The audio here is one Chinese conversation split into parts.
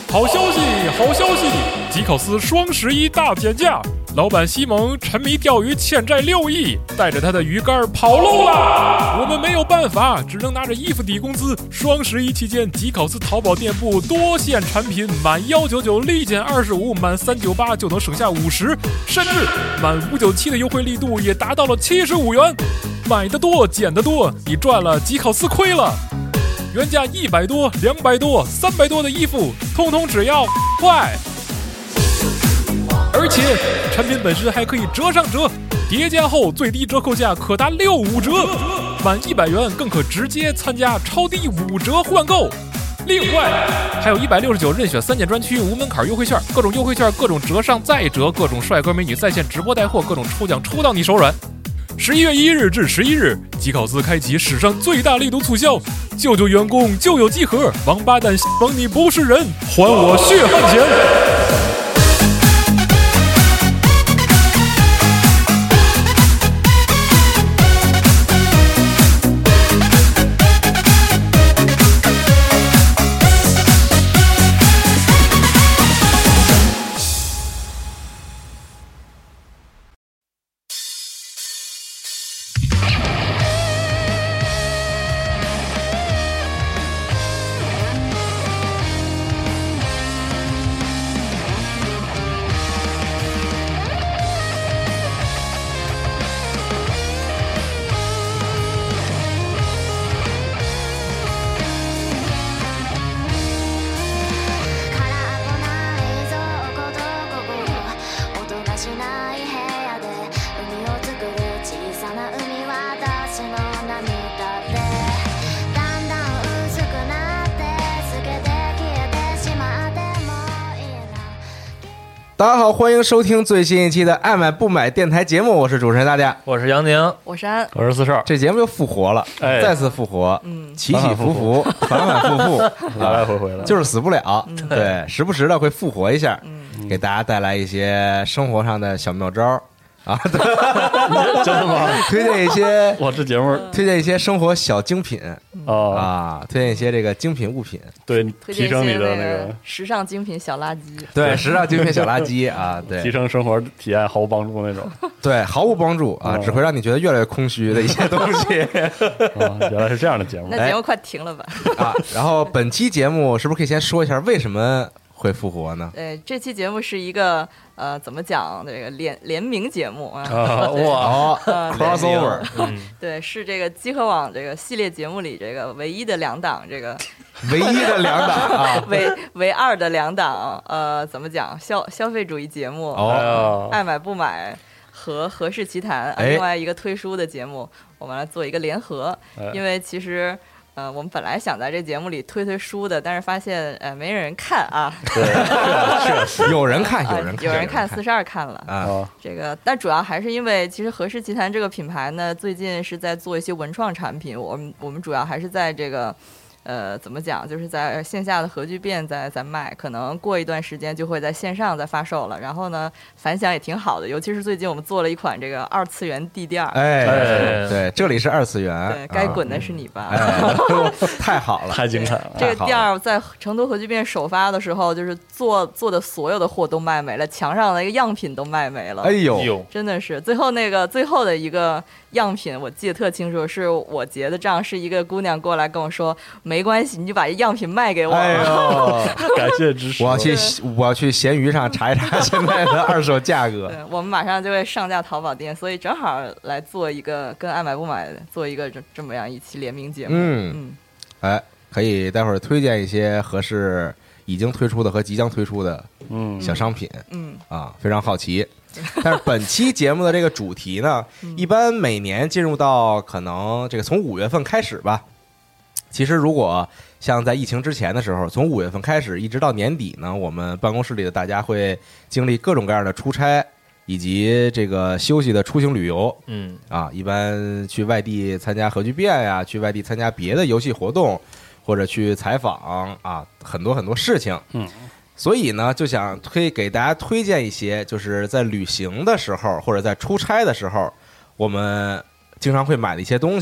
好消息，好消息！吉考斯双11大减价，老板西蒙沉迷钓鱼欠债6亿，带着他的鱼竿跑路啦！我们没有办法，只能拿着衣服抵工资。双11期间，吉考斯淘宝店铺多线产品满199立减25，满398就能省下50，甚至满597的优惠力度也达到了75元。买得多，减得多，你赚了，吉考斯亏了。原价100多、200多、300多的衣服，通通只要块。而且产品本身还可以折上折，叠加后最低折扣价可达65折，满100元更可直接参加超低5折换购。另外还有169任选3件专区无门槛优惠券，各种优惠券，各种折上再折，各种帅哥美女在线直播带货，各种抽奖抽到你手软。11月1日至11日，吉考斯开启史上最大力度促销，救救员工就有集合，王八蛋蒙你不是人，还我血汗钱！ 大家好，欢迎收听最新一期的爱买不买电台节目，我是主持人大家， 我是杨宁， 我是安， 我是四少。 这节目又复活了，再次复活，起起伏伏，反反复复， 来来回回的， 就是死不了。对，时不时的会复活一下，给大家带来一些生活上的小妙招。啊， 真的吗？ 推荐一些， 我这节目推荐一些生活小精品啊， 推荐一些这个精品物品， 对，提升你的那个时尚精品小垃圾， 对，时尚精品小垃圾啊，对， 提升生活体验毫无帮助那种， 对，毫无帮助啊，只会让你觉得越来越空虚的一些东西。 原来是这样的节目， 那节目快停了吧？ 啊，然后本期节目是不是可以先说一下为什么会复活呢？ 这期节目是一个怎么讲？这个联名节目啊， 哇，crossover， 对，是这个集合网这个系列节目里这个唯一的2档，这个唯一的2档啊， 唯2的2档，怎么讲？消费主义节目，爱买不买和和氏奇谈，另外一个推书的节目，我们来做一个联合，因为其实。我们本来想在这节目里推书的，但是发现没人看啊。 对，是有人看， 有人看，42看了啊。这个，但主要还是因为，其实和氏奇谈这个品牌呢，最近是在做一些文创产品。我们主要还是在这个。怎么讲？就是在线下的核聚变在卖，可能过一段时间就会在线上再发售了。然后呢，反响也挺好的，尤其是最近我们做了一款这个2次元地垫。 对，这里是2次元， 对，该滚的是你吧？ 太好了， 太精彩了！ 这个垫在成都核聚变首发的时候，就是做的所有的货都卖没了，墙上的一个样品都卖没了。 哎呦， 真的是最后的一个样品，我记得特清楚，是我结的账，是一个姑娘过来跟我说。没关系，你就把样品卖给我。 哎呦， 感谢支持！ 我要去闲鱼上查一查现在的2手价格。 对，我们马上就会上架淘宝店，所以正好来做一个跟爱买不买做一个这么样一期联名节目。 可以待会儿推荐一些合适已经推出的和即将推出的小商品。非常好奇。但是本期节目的这个主题呢，一般每年进入到可能这个从5月份开始吧。其实如果像在疫情之前的时候，从5月份开始一直到年底呢，我们办公室里的大家会经历各种各样的出差以及这个休息的出行旅游。一般去外地参加核聚变呀，去外地参加别的游戏活动，或者去采访啊，很多很多事情。所以呢，就想给大家推荐一些，就是在旅行的时候或者在出差的时候，我们经常会买的一些东西。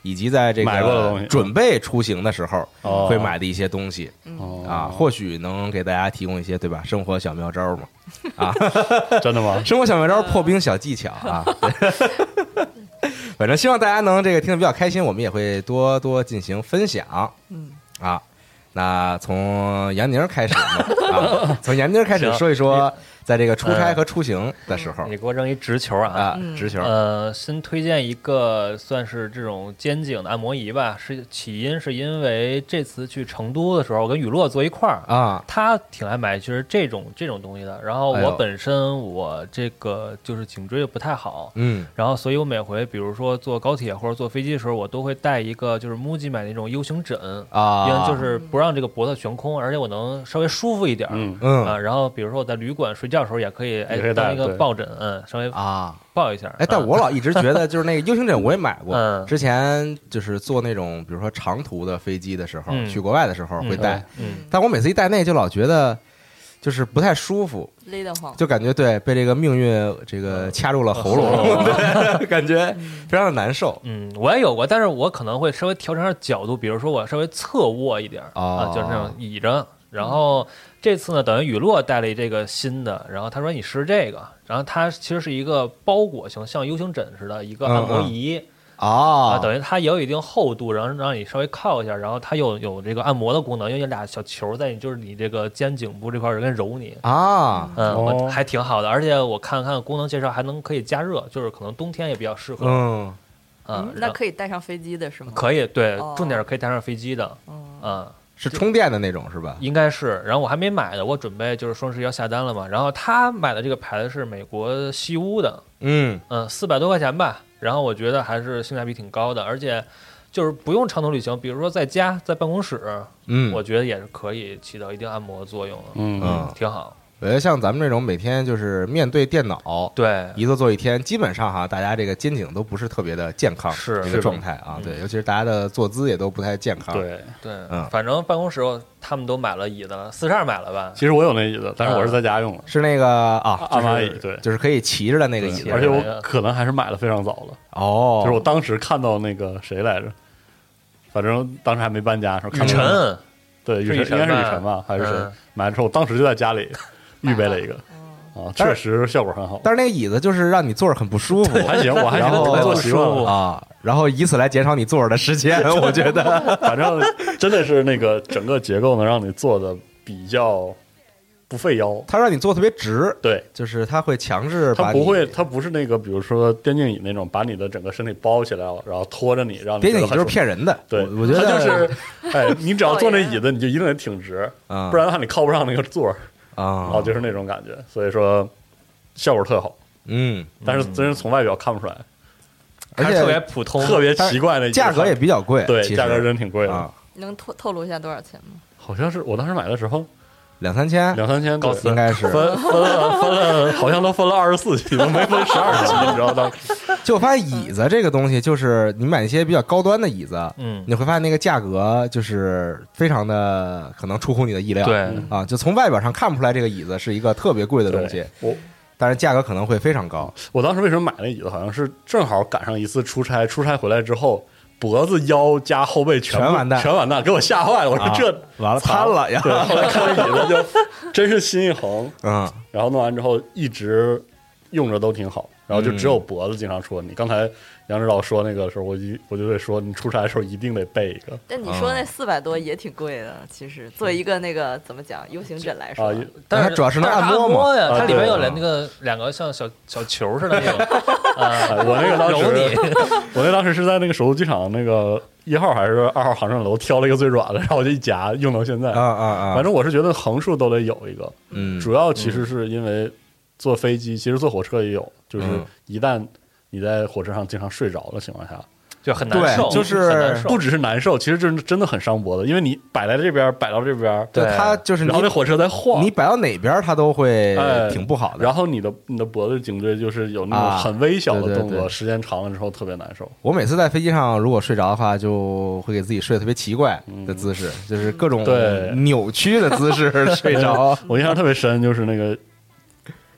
以及在这个准备出行的时候会买的一些东西啊，或许能给大家提供一些对吧？生活小妙招嘛啊， 真的吗？ 生活小妙招、破冰小技巧啊。反正希望大家能这个听得比较开心，我们也会多多进行分享。啊，那从杨宁开始呢，从杨宁开始说一说。在这个出差和出行的时候， 你给我扔一直球啊！ 直球。 先推荐一个算是这种肩颈的按摩仪吧。起因是因为这次去成都的时候，我跟雨落坐一块儿啊，他挺爱买就是这种东西的。然后我本身我这个就是颈椎不太好，然后所以我每回比如说坐高铁或者坐飞机的时候，我都会带一个就是 MUJI 买那种 U 型枕啊，因为就是不让这个脖子悬空，而且我能稍微舒服一点。然后比如说我在旅馆睡觉的时候也可以当一个抱枕，稍微抱一下。 但我老一直觉得就是那个 U 型枕我也买过，之前就是坐那种比如说长途的飞机的时候，去国外的时候会带，但我每次一带那就老觉得就是不太舒服， 勒得慌， 就感觉对被这个命运这个掐住了喉咙，感觉非常的难受。 我也有过，但是我可能会稍微调整下角度，比如说我稍微侧卧一点就是那种倚着。然后这次呢，等于雨落带了这个新的，然后他说你试这个，然后它其实是一个包裹型，像 U 型枕似的一个按摩仪等于它也有一定厚度，然后让你稍微靠一下，然后它有这个按摩的功能，因为有俩小球在就是你这个肩颈部这块跟揉你还挺好的，而且我看功能介绍还可以加热，就是可能冬天也比较适合。 那可以带上飞机的是吗？ 可以，对，重点是可以带上飞机的。 是充电的那种是吧？ 应该是，然后我还没买的，我准备就是双十一要下单了嘛。然后他买的这个牌子是美国西屋的，400多块钱吧。然后我觉得还是性价比挺高的，而且就是不用长途旅行，比如说在家在办公室，我觉得也是可以起到一定按摩作用的，挺好。 我觉得像咱们这种每天就是面对电脑， 对， 一坐一天，基本上大家这个肩颈都不是特别的健康， 是这个状态啊，对，尤其是大家的坐姿也都不太健康， 对， 反正办公室他们都买了椅子了，42买了吧？ 其实我有那椅子，但是我是在家用的， 是那个按摩椅，对， 就是可以骑着的那个椅子， 而且我可能还是买的非常早了，就是我当时看到那个谁来着，反正当时还没搬家的时候， 雨辰， 对，应该是雨辰吧，还是谁买了之后，我当时就在家里预备了一个。确实效果很好， 但是那个椅子就是让你坐着很不舒服， 还行，我还行，坐习惯了啊，然后以此来减少你坐着的时间，我觉得， 反正真的是那个整个结构能让你坐的比较不费腰， 它让你坐特别直， 对， 就是它会强制把它不是那个，比如说电竞椅那种把你的整个身体包起来，然后拖着你，让你电竞椅就是骗人的， 对， 我觉得它就是，你只要坐那椅子，你就一定得挺直，不然的话你靠不上那个座就是那种感觉，所以说效果特好，但是真是从外表看不出来， 而且特别普通， 特别奇怪的， 价格也比较贵， 对，价格真挺贵的。 能透露一下多少钱吗？ 好像是我当时买的时候 2-3千， 高应该是分了，好像都分了24期，都没分12期，你知道当时。 就我发现椅子这个东西，就是你买一些比较高端的椅子，你会发现那个价格就是非常的可能出乎你的意料， 对啊，就从外表上看不出来这个椅子是一个特别贵的东西，但是价格可能会非常高。 我当时为什么买那椅子，好像是正好赶上一次出差回来之后，脖子、腰加后背全完蛋，给我吓坏了。我说这完了，瘫了呀！ 对，后来看那椅子就真是心一横，然后弄完之后一直用着都挺好，然后就只有脖子经常出问题。刚才杨指导说那个时候，我就会说，你出差的时候一定得备一个。 但你说那400多也挺贵的，其实作为一一个怎么讲 U 型枕来说， 但是它主要是能按摩呀，它里面有两个像小球似的那种。 我那当时是在那个首都机场那个1号还是2号航站楼挑了一个最软的，然后我就一夹用到现在。反正我是觉得横竖都得有一个，主要其实是因为坐飞机，其实坐火车也有，就是一旦你在火车上经常睡着的情况下， 就很难受， 就是不只是难受，其实真的很伤脖子，因为你摆在这边，摆到这边， 对，它就是然后那火车在晃， 你摆到哪边它都会挺不好的。 然后你的脖子颈椎就是有那种很微小的动作，时间长了之后特别难受。 我每次在飞机上如果睡着的话，就会给自己睡得特别奇怪的姿势，就是各种扭曲的姿势睡着。 我印象特别深，就是那个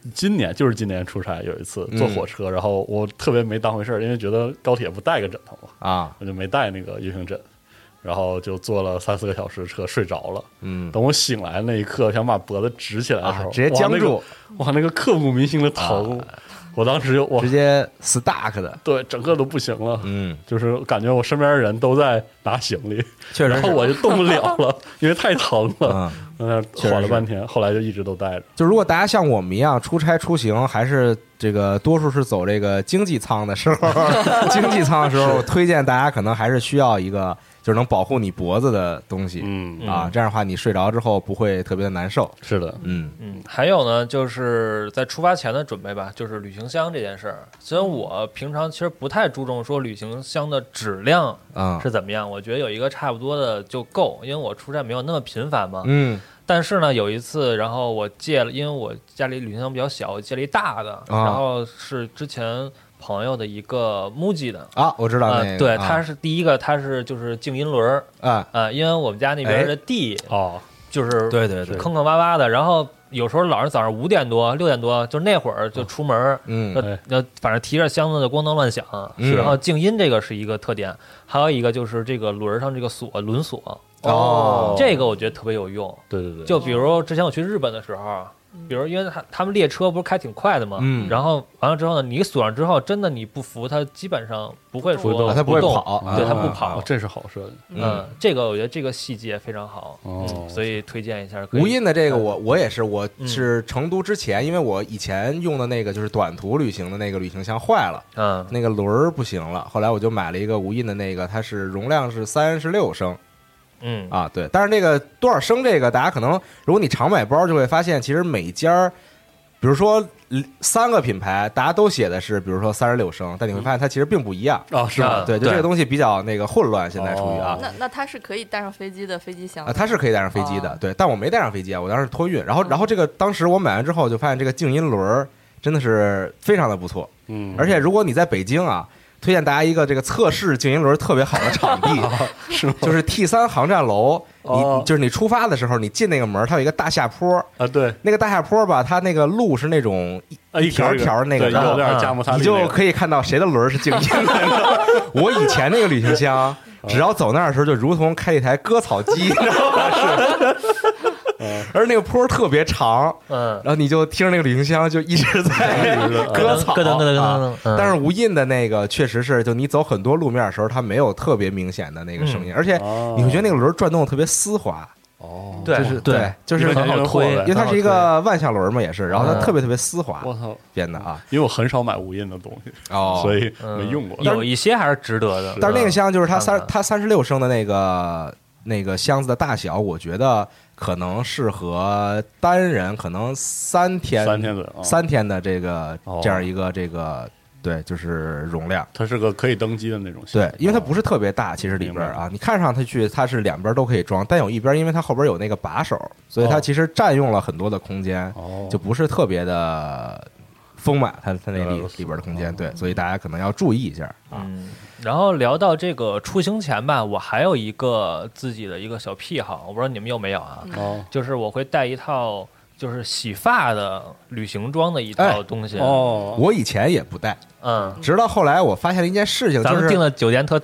今年出差有一次坐火车，然后我特别没当回事，因为觉得高铁不带个枕头嘛啊，我就没带那个 U 型枕，然后就坐了3-4个小时车睡着了。等我醒来那一刻，想把脖子直起来的时候， 直接僵住， 哇，那个刻骨铭心的疼。我当时就直接 stuck 的， 对，整个都不行了。就是感觉我身边的人都在拿行李， 确实， 然后我就动不了了，因为太疼了。缓了半天，后来就一直都带着。 就如果大家像我们一样出差出行，还是这个多数是走这个经济舱的时候，经济舱的时候，推荐大家可能还是需要一个就是能保护你脖子的东西。这样的话你睡着之后不会特别的难受。 是的， 还有呢，就是在出发前的准备吧，就是旅行箱这件事儿。虽然我平常其实不太注重说旅行箱的质量是怎么样，我觉得有一个差不多的就够，因为我出差没有那么频繁嘛。但是呢，有一次，然后我借了，因为我家里旅行箱比较小，我借了一大的，然后是之前朋友的一个 MUJI 的啊，我知道那个， 对，它是第一个，它是就是静音轮因为我们家那边的地就是对坑坑洼洼的，然后有时候老是早上5点多6点多，就那会儿就出门，反正提着箱子就咣当乱响，然后静音这个是一个特点，还有一个就是这个轮上这个轮锁。这个我觉得特别有用。 对， 就比如之前我去日本的时候，比如因为他们列车不是开挺快的嘛，然后完了之后呢，你锁上之后，真的你不扶它，基本上不会说它不会跑， 对，它不跑， 这是好设计。这个我觉得这个细节非常好，所以推荐一下。 无印的这个我也是，我是成都之前，因为我以前用的那个就是短途旅行的那个旅行箱坏了，那个轮不行了，后来我就买了一个无印的那个，它是容量是36升。对，但是这个多少升这个，大家可能如果你常买包就会发现，其实每家，比如说3个品牌，大家都写的是，比如说36升，但你会发现它其实并不一样是吧？ 对，就这个东西比较那个混乱，现在属于那它是可以带上飞机的飞机箱它是可以带上飞机的，对，但我没带上飞机我当时托运，然后这个当时我买完之后就发现这个静音轮真的是非常的不错，而且如果你在北京推荐大家一个这个测试静音轮特别好的场地，就是 T3 航站楼。就是你出发的时候，你进那个门，它有一个大下坡对， 那个大下坡吧，它那个路是那种一条条的那个， 有点加木萨， 你就可以看到谁的轮是静音的。我以前那个旅行箱，只要走那儿的时候，就如同开一台割草机，你知道吗？而那个坡特别长，然后你就听着那个旅行箱就一直在割草，但是无印的那个确实是，就你走很多路面的时候，它没有特别明显的那个声音，而且你会觉得那个轮转动特别丝滑。就是很好推， 因为它是一个万向轮嘛，也是，然后它特别特别丝滑。 我操， 编的因为我很少买无印的东西所以没用过。 有一些还是值得的， 但是那个箱就是它36升的那个箱子的大小，我觉得可能适合单人，可能3天的这样一个这个。对，就是容量， 它是个可以登机的那种。 对，因为它不是特别大，其实里边你看上它是两边都可以装，但有一边因为它后边有那个把手，所以它其实占用了很多的空间，就不是特别的丰满，它那里边的空间。对，所以大家可能要注意一下然后聊到这个出行前吧，我还有一个自己的一个小癖好，我不知道你们有没有就是我会带一套。就是洗发的旅行装的一套东西我以前也不带，直到后来我发现了一件事情， 咱们订的酒店特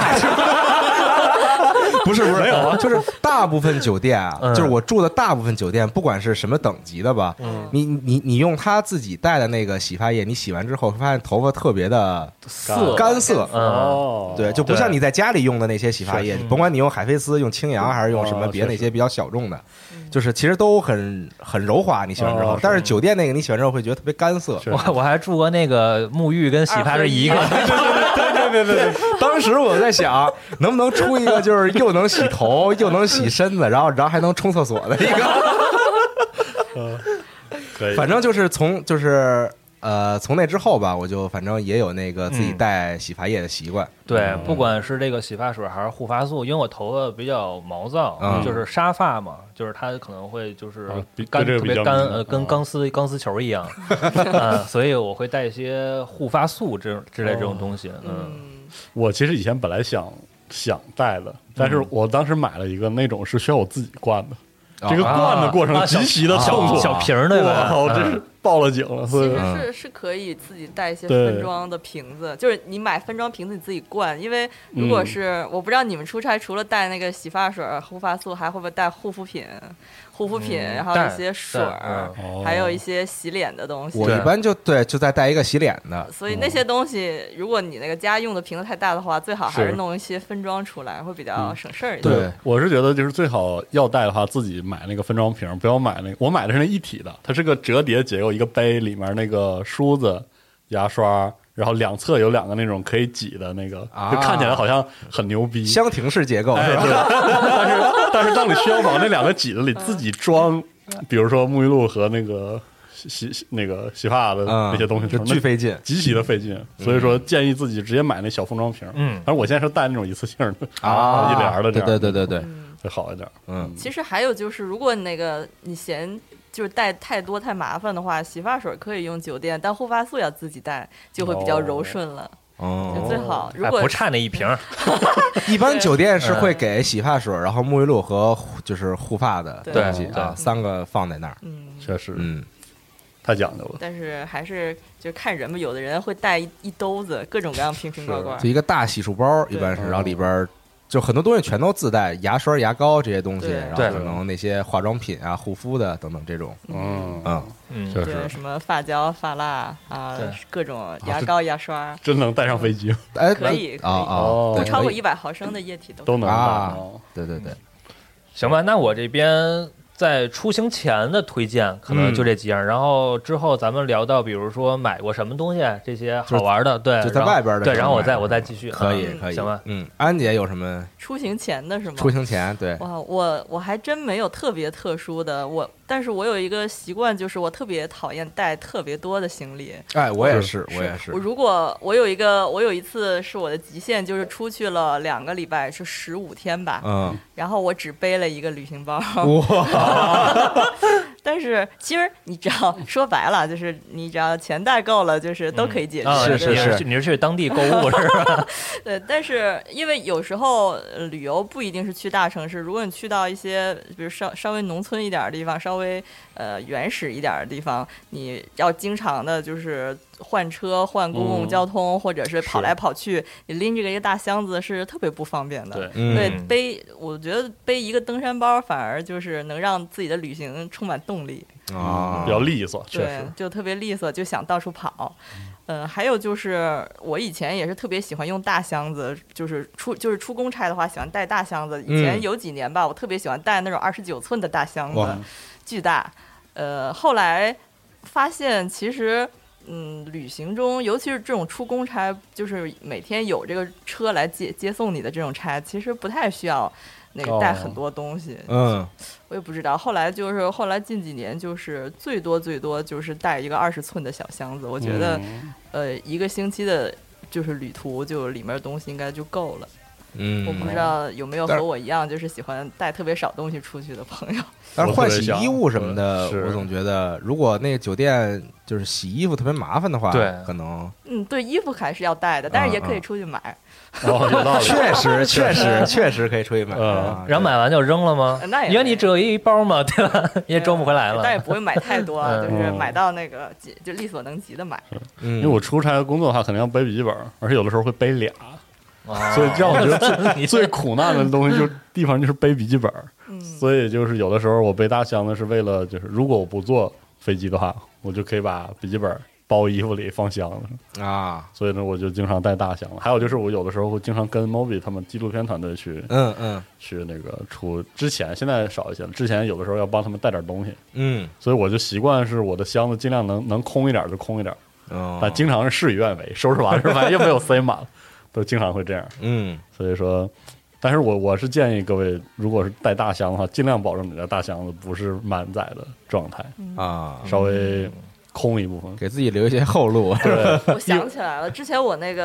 不是没有就是大部分酒店就是我住的大部分酒店，不管是什么等级的吧，你用他自己带的那个洗发液，你洗完之后发现头发特别的干涩对，就不像你在家里用的那些洗发液，甭管你用海飞丝、用清扬还是用什么别的那些比较小众的，就是其实都很柔滑，你洗完之后，但是酒店那个你洗完之后会觉得特别干涩。 我还住过那个沐浴跟洗发是一个， 对。当时我在想，能不能出一个就是又能洗头又能洗身子，然后还能冲厕所的一个。反正就是从那之后吧，我就反正也有那个自己带洗发液的习惯。 对，不管是这个洗发水还是护发素，因为我头发比较毛躁，就是沙发嘛，就是它可能会就是干特别干，跟钢丝球一样，所以我会带一些护发素之类这种东西。 我其实以前本来想带的，但是我当时买了一个那种是需要我自己灌的。这个灌的过程极其的痛苦， 小瓶的吧， 这是报了警了。 其实是可以自己带一些分装的瓶子，就是你买分装瓶子你自己灌，因为如果是我不知道你们出差除了带那个洗发水、护发素，还会不会带护肤品，然后一些水还有一些洗脸的东西。 我一般就再带一个洗脸的。 所以那些东西，如果你那个家用的瓶子太大的话，最好还是弄一些分装出来，会比较省事儿一点。 对，我是觉得就是最好要带的话，自己买那个分装瓶，不要买那个。我买的是那一体的，它是个折叠结构，一个杯里面那个梳子、牙刷。然后两侧有2个那种可以挤的那个，就看起来好像很牛逼， 箱庭式结构是吧？ 但是当你需要往那2个挤子里自己装，比如说沐浴露和那个洗发的那些东西， 就巨费劲， 极其的费劲。所以说建议自己直接买那小封装瓶。反正我现在是带那种一次性的一帘的这样， 对， 会好一点。 其实还有就是，如果你嫌就是带太多太麻烦的话，洗发水可以用酒店，但护发素要自己带，就会比较柔顺了。就最好如果不差那一瓶。 一般酒店是会给洗发水，然后沐浴露和就是护发的东西啊，3个放在那儿。 确实，太讲究了。 但是还是就看人吧，有的人会带一兜子各种各样瓶罐罐， 就一个大洗漱包，一般是，然后里边就很多东西全都自带，牙刷、牙膏这些东西，然后可能那些化妆品啊、护肤的等等这种， 确实什么发胶、发蜡啊，各种牙膏、牙刷， 真能带上飞机？ 哎， 可以不超过100毫升的液体都能啊。对， 行吧，那我这边。在出行前的推荐可能就这几样，然后之后咱们聊到比如说买过什么东西这些好玩的，对， 就在外边的， 对，然后我再继续， 可以， 行吧？ 安姐有什么出行前的是吗？ 出行前，对， 哇，我还真没有特别特殊的，但是我有一个习惯，就是我特别讨厌带特别多的行李。 哎，我也是。 如果我有一次是我的极限，就是出去了2个礼拜，是15天吧，然后我只背了一个旅行包。哇！但是其实你只要说白了，就是你只要钱带够了，就是都可以解决。 是， 你是去当地购物是吧？ 对，但是因为有时候旅游不一定是去大城市，如果你去到一些比如稍微农村一点的地方，稍微原始一点的地方，你要经常的就是换车、换公共交通，或者是跑来跑去，你拎这个一个大箱子是特别不方便的。对，我觉得背一个登山包反而就是能让自己的旅行充满动力啊，比较利索，确实就特别利索，就想到处跑。还有就是我以前也是特别喜欢用大箱子，就是出公差的话喜欢带大箱子。以前有几年吧，我特别喜欢带那种29寸的大箱子，巨大。后来发现其实旅行中，尤其是这种出公差，就是每天有这个车来接送你的这种差，其实不太需要那个带很多东西。我也不知道。后来近几年就是最多就是带一个20寸的小箱子，我觉得一个星期的就是旅途，就里面的东西应该就够了。我不知道有没有和我一样就是喜欢带特别少东西出去的朋友。 但是换洗衣物什么的，我总觉得如果那个酒店就是洗衣服特别麻烦的话，对，可能对，衣服还是要带的，但是也可以出去买。 确实可以出去买。 然后买完就扔了吗？因为你只有一包嘛，对吧？也装不回来了。 但也不会买太多，就是买到那个就力所能及的买。 因为我出差工作的话，可能要背笔记本，而且有的时候会背俩。所以这样我觉得最苦难的东西就是背笔记本。所以就是有的时候我背大箱子是为了，就是如果我不坐飞机的话，我就可以把笔记本包衣服里放箱子啊。所以呢，我就经常带大箱子。还有就是我有的时候会经常跟 Moby 他们纪录片团队去去那个出，之前现在少一些了，之前有的时候要帮他们带点东西。所以我就习惯是我的箱子尽量能空一点就空一点，但经常是事与愿违，收拾完是吧又没有塞满了。都经常会这样，所以说，但是我是建议各位，如果是带大箱的话，尽量保证你的大箱子不是满载的状态啊，稍微空一部分， 给自己留一些后路。 我想起来了，之前我那个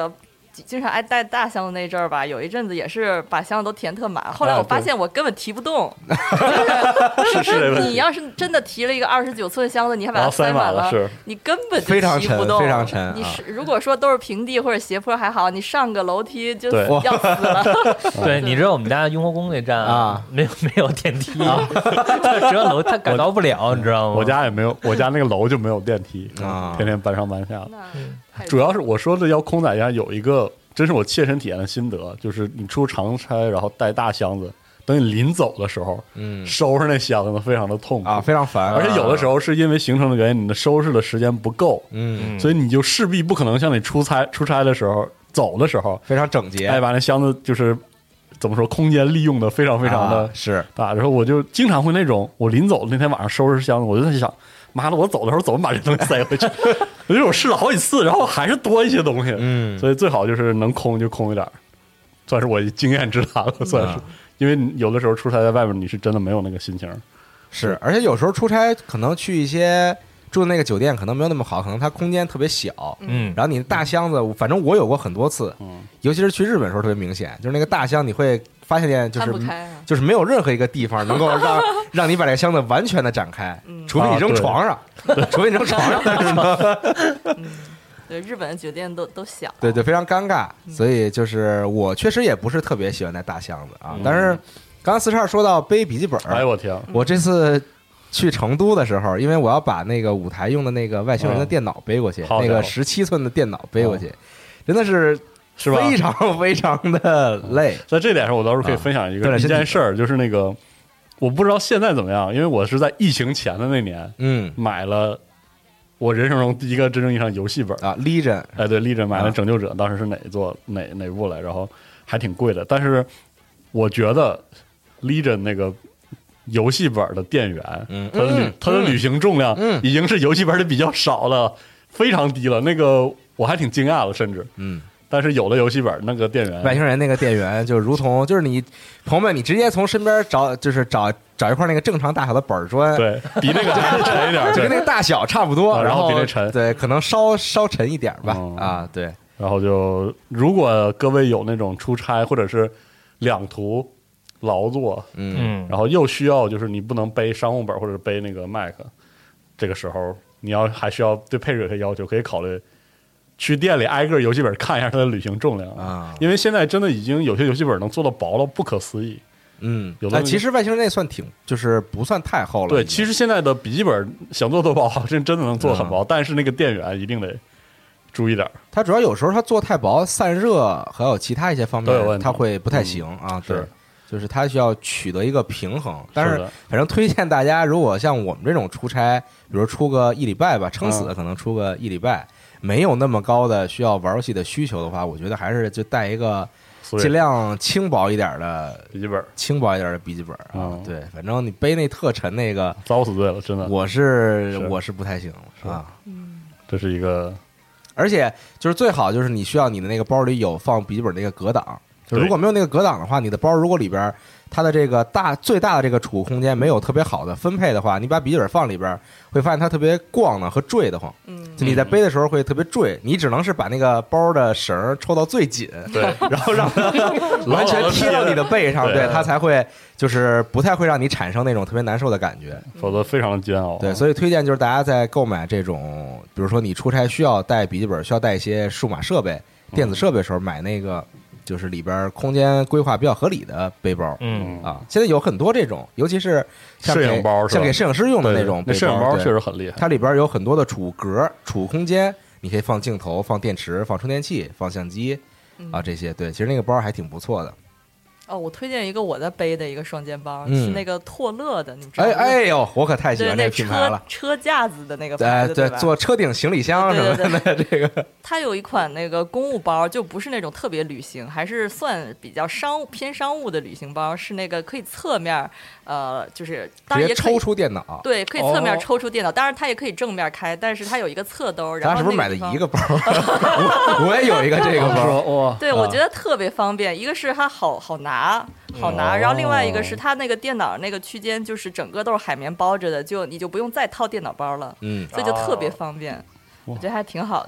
经常爱带大箱子那阵儿吧，有一阵子也是把箱子都填特满。后来我发现我根本提不动，就是你要是真的提了一个29寸箱子，你还把它塞满了，你根本就提不动， 非常沉。 你是如果说都是平地或者斜坡还好，你上个楼梯就要死了。 对，你知道我们家雍和宫那站啊，没有电梯，只有楼，它赶到不了，你知道吗？ 我家也没有，我家那个楼就没有电梯啊，天天搬上搬下。主要是我说的要空载压有一个，真是我切身体验的心得，就是你出长差，然后带大箱子，等你临走的时候，收拾那箱子非常的痛苦啊，非常烦。 而且有的时候是因为行程的原因，你的收拾的时间不够，所以你就势必不可能像你出差的时候走的时候非常整洁， 把那箱子就是怎么说，空间利用的非常非常的是大。然后我就经常会那种，我临走那天晚上收拾箱子，我就在想，妈的，我走的时候怎么把这东西塞回去？我试了好几次，然后还是多一些东西。所以最好就是能空就空一点，算是我经验之谈了，算是。因为有的时候出差在外面，你是真的没有那个心情。 是，而且有时候出差可能去一些住的那个酒店可能没有那么好，可能它空间特别小。然后你的大箱子，反正我有过很多次，尤其是去日本的时候特别明显，就是那个大箱你会发现就是没有任何一个地方能够让你把这个箱子完全的展开，除非你扔床上，除非你扔床上，是吗？ 对，日本的酒店都小， 对，非常尴尬。所以就是我确实也不是特别喜欢带大箱子啊。但是刚刚42说到背笔记本， 哎我天， 我这次去成都的时候，因为我要把那个舞台用的那个外星人的电脑背过去，那个17寸的电脑背过去，真的是非常非常的累。 在这点上，我倒是可以分享一件事儿，就是那个我不知道现在怎么样，因为我是在疫情前的那年，买了我人生中第一个真正意义上游戏本啊 ，Legion， 哎对 ，Legion 买了拯救者，当时是哪部来，然后还挺贵的，但是我觉得 Legion 那个游戏本的电源，它的旅行重量已经是游戏本的比较少了，非常低了。那个我还挺惊讶的，甚至但是有的游戏本那个电源， 外星人那个电源就如同就是你朋友们，你直接从身边找一块那个正常大小的板砖， 对比那个沉一点， 就跟那个大小差不多， 然后比那沉， 对，可能稍沉一点吧，啊，对。 然后就如果各位有那种出差或者是两途劳作，然后又需要就是你不能背商务本或者背那个 Mac， 这个时候你还需要对配置有些要求，可以考虑去店里挨个游戏本看一下它的旅行重量啊，因为现在真的已经有些游戏本能做到薄了不可思议。有的其实外星人那算就是不算太厚了。 对，其实现在的笔记本想做多薄，真的能做很薄，但是那个电源一定得注意点。 它主要有时候它做太薄，散热还有其他一些方面，它会不太行啊。对，就是它需要取得一个平衡。但是反正推荐大家，如果像我们这种出差，比如出个1礼拜吧，撑死可能出个1礼拜，没有那么高的需要玩游戏的需求的话，我觉得还是就带一个尽量轻薄一点的笔记本， 笔记本啊。对，反正你背那特沉那个， 糟死对了，真的。 我是不太行啊。 这是一个， 而且就是最好就是你需要你的那个包里有放笔记本那个格挡，就如果没有那个格挡的话，你的包如果里边它的这个最大的这个储物空间没有特别好的分配的话，你把笔记本放里边会发现它特别咣呢和坠得慌，就你在背的时候会特别坠，你只能是把那个包的绳抽到最紧， 对， 然后让它完全贴到你的背上，对，它才会就是不太会让你产生那种特别难受的感觉， 否则非常的煎熬。 对，所以推荐就是大家在购买这种，比如说你出差需要带笔记本，需要带一些数码设备、电子设备的时候，买那个就是里边空间规划比较合理的背包。现在有很多这种，尤其是摄影包， 像给摄影师用的那种背包， 摄影包确实很厉害。 它里边有很多的储物格、储物空间，你可以放镜头、放电池、放充电器、放相机啊这些。对，其实那个包还挺不错的。 我推荐一个我在背的一个双肩包，是那个拓乐的，你知道吗？ 哎呦，我可太喜欢这个品牌了。 车架子的那个牌子， 对，做车顶行李箱什么的这个。 它有一款那个公务包，就不是那种特别旅行，还是算比较偏商务的旅行包，是那个可以侧面，就是当然也可以抽出电脑， 对，可以侧面抽出电脑，当然它也可以正面开，但是它有一个侧兜。然后是不是买的一个包？我也有一个这个包。 对，我觉得特别方便，一个是它好拿，然后另外一个是它那个电脑那个区间就是整个都是海绵包着的，你就不用再套电脑包了，所以就特别方便，我觉得还挺好的。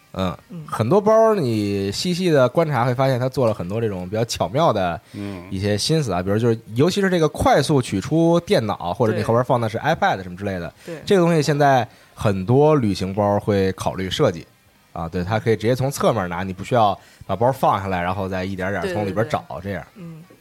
很多包你细细的观察会发现，它做了很多这种比较巧妙的一些心思啊，比如就是尤其是这个快速取出电脑，或者你后边放的是 iPad 什么之类的，这个东西现在很多旅行包会考虑设计啊，对，它可以直接从侧面拿，你不需要把包放下来，然后再一点点从里边找，这样，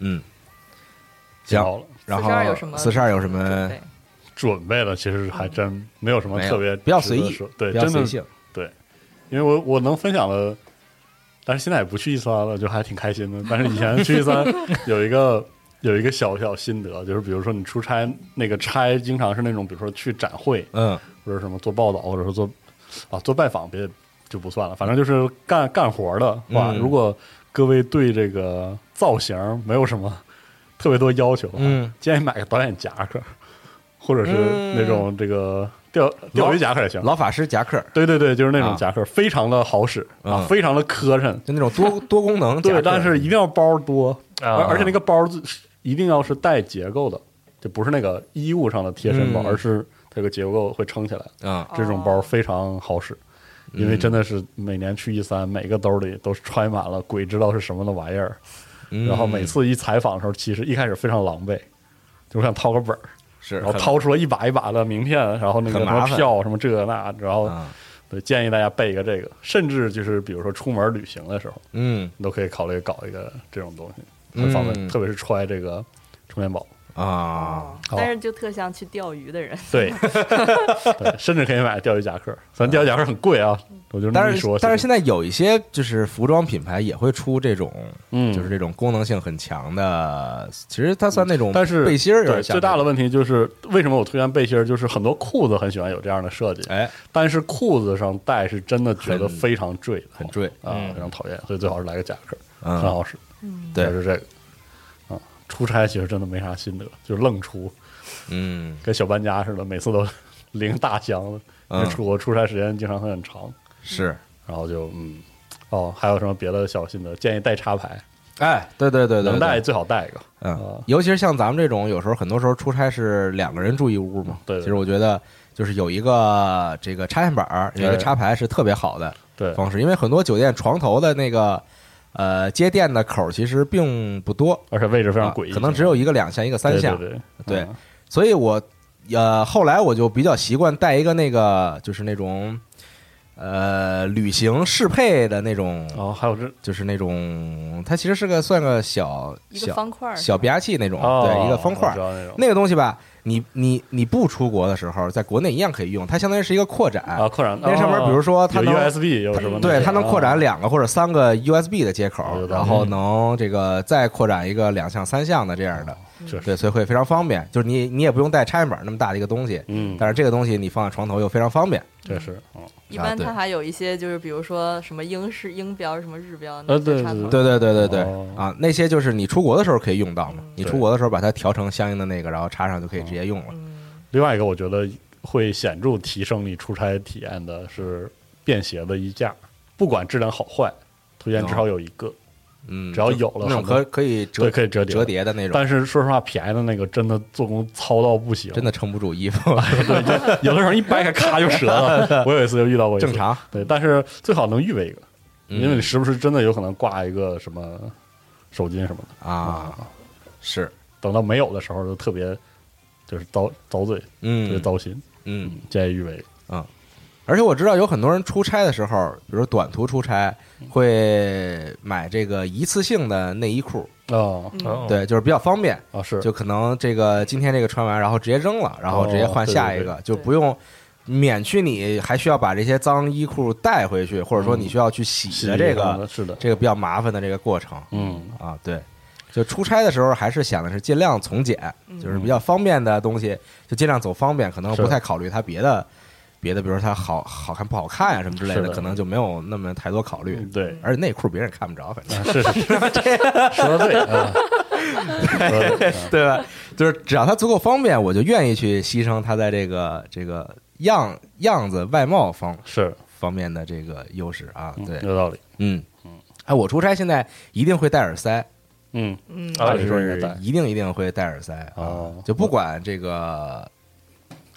行，然后42有什么准备的？其实还真没有什么特别， 比较随意， 对， 比较随性， 对。因为我能分享的，但是现在也不去E3了，就还挺开心的。但是以前去E3有一个小心得，就是比如说你出差，那个差经常是那种，比如说去展会，或者什么做报道，或者说做拜访，别就不算了，反正就是干活的话，如果各位对这个造型没有什么特别多要求的话，建议买个导演夹克，或者是那种这个。钓鱼夹克也行， 老法师夹克， 对，就是那种夹克，非常的好使啊，非常的磕碜， 就那种多功能夹克。 对，但是一定要包多，而且那个包一定要是带结构的，就不是那个衣物上的贴身包，而是这个结构会撑起来啊。这种包非常好使，因为真的是每年去E3，每个兜里都揣满了鬼知道是什么的玩意儿，然后每次一采访的时候，其实一开始非常狼狈，就想掏个本儿。然后掏出了一把一把的名片，然后那个什么票什么这那，然后对建议大家备一个这个，甚至就是比如说出门旅行的时候，你都可以考虑搞一个这种东西，很方便，特别是揣这个充电宝啊。 但是就特像去钓鱼的人， 对，甚至可以买钓鱼夹克，虽然钓鱼夹克很贵啊，我就这么说。 但是现在有一些就是服装品牌也会出这种，就是这种功能性很强的，其实它算那种， 但是背心儿。 最大的问题就是为什么我推荐背心儿，就是很多裤子很喜欢有这样的设计，但是裤子上戴是真的觉得非常坠， 很坠啊，非常讨厌，所以最好是来个夹克，很好使。 对， 是这个。出差其实真的没啥心得，就是愣出，跟小搬家似的，每次都拎大箱子。我出差时间经常会很长， 是， 然后就还有什么别的小心得？建议带插排， 对， 能带最好带一个， 尤其是像咱们这种，有时候很多时候出差是2个人住一屋嘛， 对， 其实我觉得就是有一个这个插线板，有一个插排是特别好的方式，因为很多酒店床头的那个。接电的口其实并不多， 而且位置非常诡异， 可能只有一个2项，一个3项。对，所以我后来我就比较习惯带一个那个，就是那种旅行适配的那种。 还有就是那种，它其实算个一个方块小变压器那种，对，一个方块那个东西吧。你不出国的时候，在国内一样可以用，它相当于是一个扩展扩展。 那上面比如说它能 USB 有什么？ 对，它能扩展2个或者3个 USB 的接口，然后能这个再扩展一个2项、3项的这样的。对，所以会非常方便。就是你也不用带插线板那么大的一个东西，但是这个东西你放在床头又非常方便。 确实， 一般它还有一些就是比如说什么英标、什么日标， 对啊，那些就是你出国的时候可以用到嘛。你出国的时候把它调成相应的那个，然后插上就可以直接用了。 另外一个我觉得会显著提升你出差体验的是便携的衣架，不管质量好坏，推荐至少有一个。只要有了那种可以折叠的那种， 但是说实话，便宜的那个真的做工糙到不行， 真的撑不住衣服。 对，有的时候一掰开，咔就折了。我有一次就遇到过一次， 正常。 对，但是最好能预备一个，因为你时不时真的有可能挂一个什么手巾什么的啊。是， 等到没有的时候就特别就是遭罪，特别糟心。建议预备。 而且我知道有很多人出差的时候，比如短途出差，会买这个一次性的内衣裤。对，就是比较方便。 是， 就可能这个今天这个穿完，然后直接扔了，然后直接换下一个，就不用免去你还需要把这些脏衣裤带回去，或者说你需要去洗的这个， 是的， 这个比较麻烦的这个过程。对。就出差的时候，还是想的是尽量从简，就是比较方便的东西，就尽量走方便，可能不太考虑它别的，比如说它好看不好看呀什么之类的，可能就没有那么太多考虑。 对， 而且内裤别人看不着，反正是说的对啊， 对吧？就是只要它足够方便，我就愿意去牺牲它在这个样子外貌方面的这个优势啊。对， 有道理。 我出差现在一定会戴耳塞。 是一定会戴耳塞啊！就不管这个是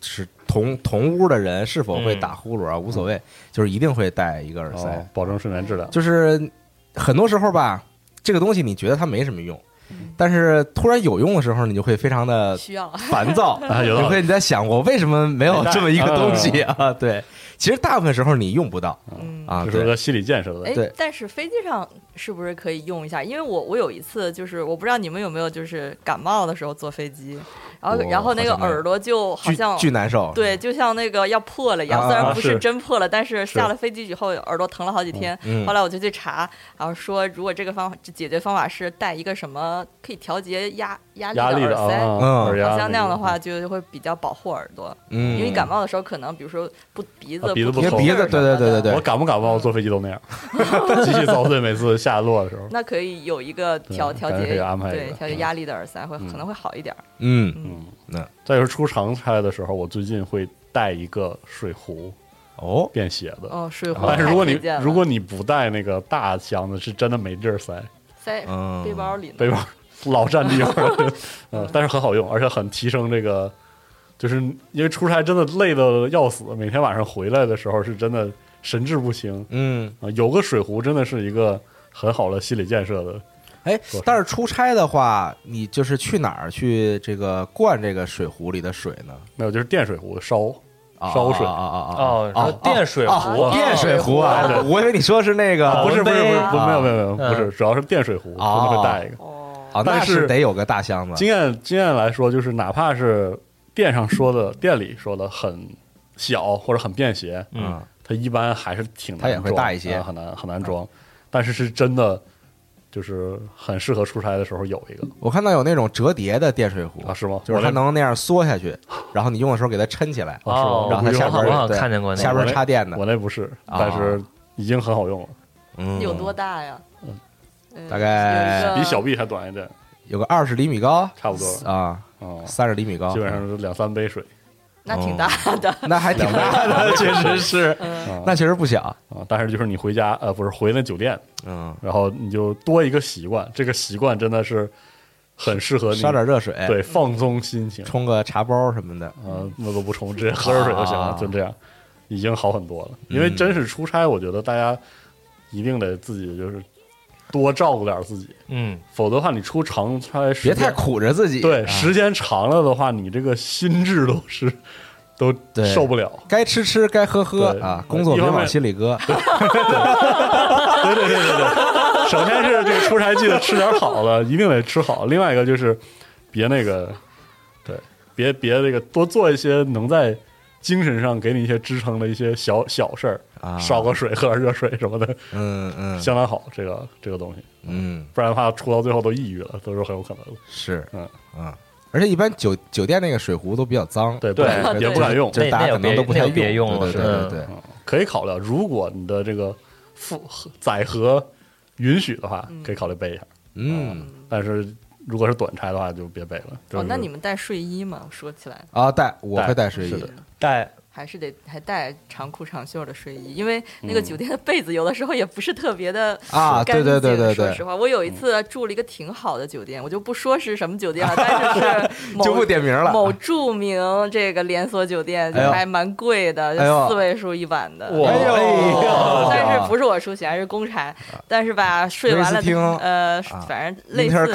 同屋的人是否会打呼噜啊，无所谓，就是一定会戴一个耳塞， 保证睡眠质量。 就是很多时候吧，这个东西你觉得它没什么用，但是突然有用的时候，你就会非常的需要烦躁，有会你在想我为什么没有这么一个东西啊？对，其实大部分时候你用不到， 这是个心理建设的。 对， 但是飞机上是不是可以用一下？因为我有一次就是我不知道你们有没有就是感冒的时候坐飞机。然后那个耳朵就好像巨难受， 对，就像那个要破了一样，虽然不是真破了，但是下了飞机以后耳朵疼了好几天。后来我就去查，然后说如果这个解决方法是戴一个什么可以调节压力的耳塞，好像那样的话就会比较保护耳朵。因为感冒的时候可能比如说鼻子不通，对， 我感不感冒坐飞机都那样，极其遭罪。每次下落的时候， 那可以有一个调节对调节压力的耳塞，可能会好一点。 那再就是出长差的时候，我最近会带一个水壶，便携的水壶。 但是如果你不带那个大箱子，是真的没地儿塞背包里， 背包老占地方。但是很好用，而且很提升这个，就是因为出差真的累得要死，每天晚上回来的时候是真的神志不清。有个水壶真的是一个很好的心理建设的。 但是出差的话，你就是去哪儿去这个灌这个水壶里的水呢？ 没有，就是电水壶烧水电水壶， 电水壶啊！我以为你说是那个， 不是，没有，不是，主要是电水壶，可能会带一个。 但是得有个大箱子。 经验来说，就是哪怕是店里说的很小或者很便携，它一般还是挺难装，它也会大一些， 很难装。但是真的。就是很适合出差的时候有一个， 我看到有那种折叠的电水壶是吗？ 就是它能那样缩下去，然后你用的时候给它抻起来，然后它下边看见过下边插电的。 我那不是，但是已经很好用了。 有多大呀？ 大概比小臂还短一点， 有个20厘米高， 差不多 30厘米高， 基本上是2-3杯水。 那挺大的， 那还挺大的，确实是，那确实不小啊。但是就是你回家不是回那酒店，然后你就多一个习惯，这个习惯真的是很适合你烧点热水， 对，放松心情， 冲个茶包什么的， 那都不冲，直接喝热水就行了，就这样，已经好很多了。因为真是出差，我觉得大家一定得自己就是多照顾点自己，否则的话你出长差别太苦着自己， 对，时间长了的话，你这个心智都受不了， 该吃该喝啊，工作别往心里搁。对， 首先是这个出差记得吃点好的，一定得吃好。另外一个就是别那个，对，别这个多做一些能在精神上给你一些支撑的一些小事儿啊，烧个水、喝点热水什么的，相当好。这个东西，不然的话出到最后都抑郁了，都是很有可能的。 是，而且一般酒店那个水壶都比较脏， 对，也不敢用， 这大家可能都不太用。 对， 可以考虑，如果你的这个载荷允许的话，可以考虑备一下。但是如果是短差的话，就别备了。 那你们带睡衣吗？说起来我会带睡衣， 还是还带长裤长袖的睡衣，因为那个酒店的被子有的时候也不是特别的干净。对，说实话，我有一次住了一个挺好的酒店，我就不说是什么酒店了，但是就不点名了， 某著名这个连锁酒店，就还蛮贵的，4位数一晚的。但是不是我出钱，是公差。但是吧，睡完了反正类似的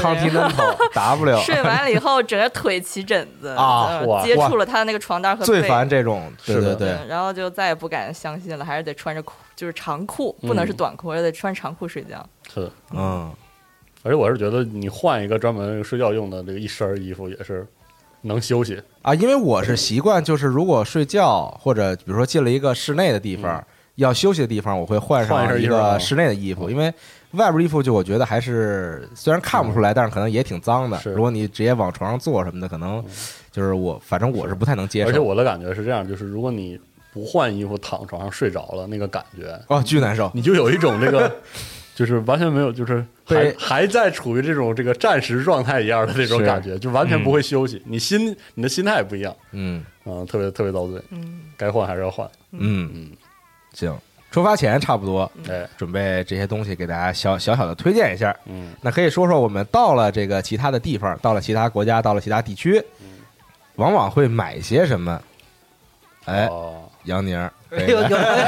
W 睡完了以后，整个腿起疹子接触了他的那个床单和被。 最烦这种。对， 然后就再也不敢相信了，还是得穿着裤，就是长裤，不能是短裤，而得穿长裤睡觉。 是，而且我是觉得你换一个专门睡觉用的这个一身衣服也是能休息啊，因为我是习惯，就是如果睡觉或者比如说进了一个室内的地方，要休息的地方，我会换上一个室内的衣服，因为外边衣服就我觉得还是虽然看不出来，但是可能也挺脏的。如果你直接往床上坐什么的，可能就是反正我是不太能接受。 而且我的感觉是这样，就是如果你不换衣服躺床上睡着了，那个感觉巨难受， 你就有一种这个就是完全没有，就是还在处于这个暂时状态一样的那种感觉，就完全不会休息。你的心态也不一样，特别特别遭罪。该换还是要换。行。 出发前差不多，准备这些东西给大家小小的推荐一下。那可以说说我们到了这个其他的地方，到了其他国家，到了其他地区，往往会买些什么？ 哎，杨宁， 又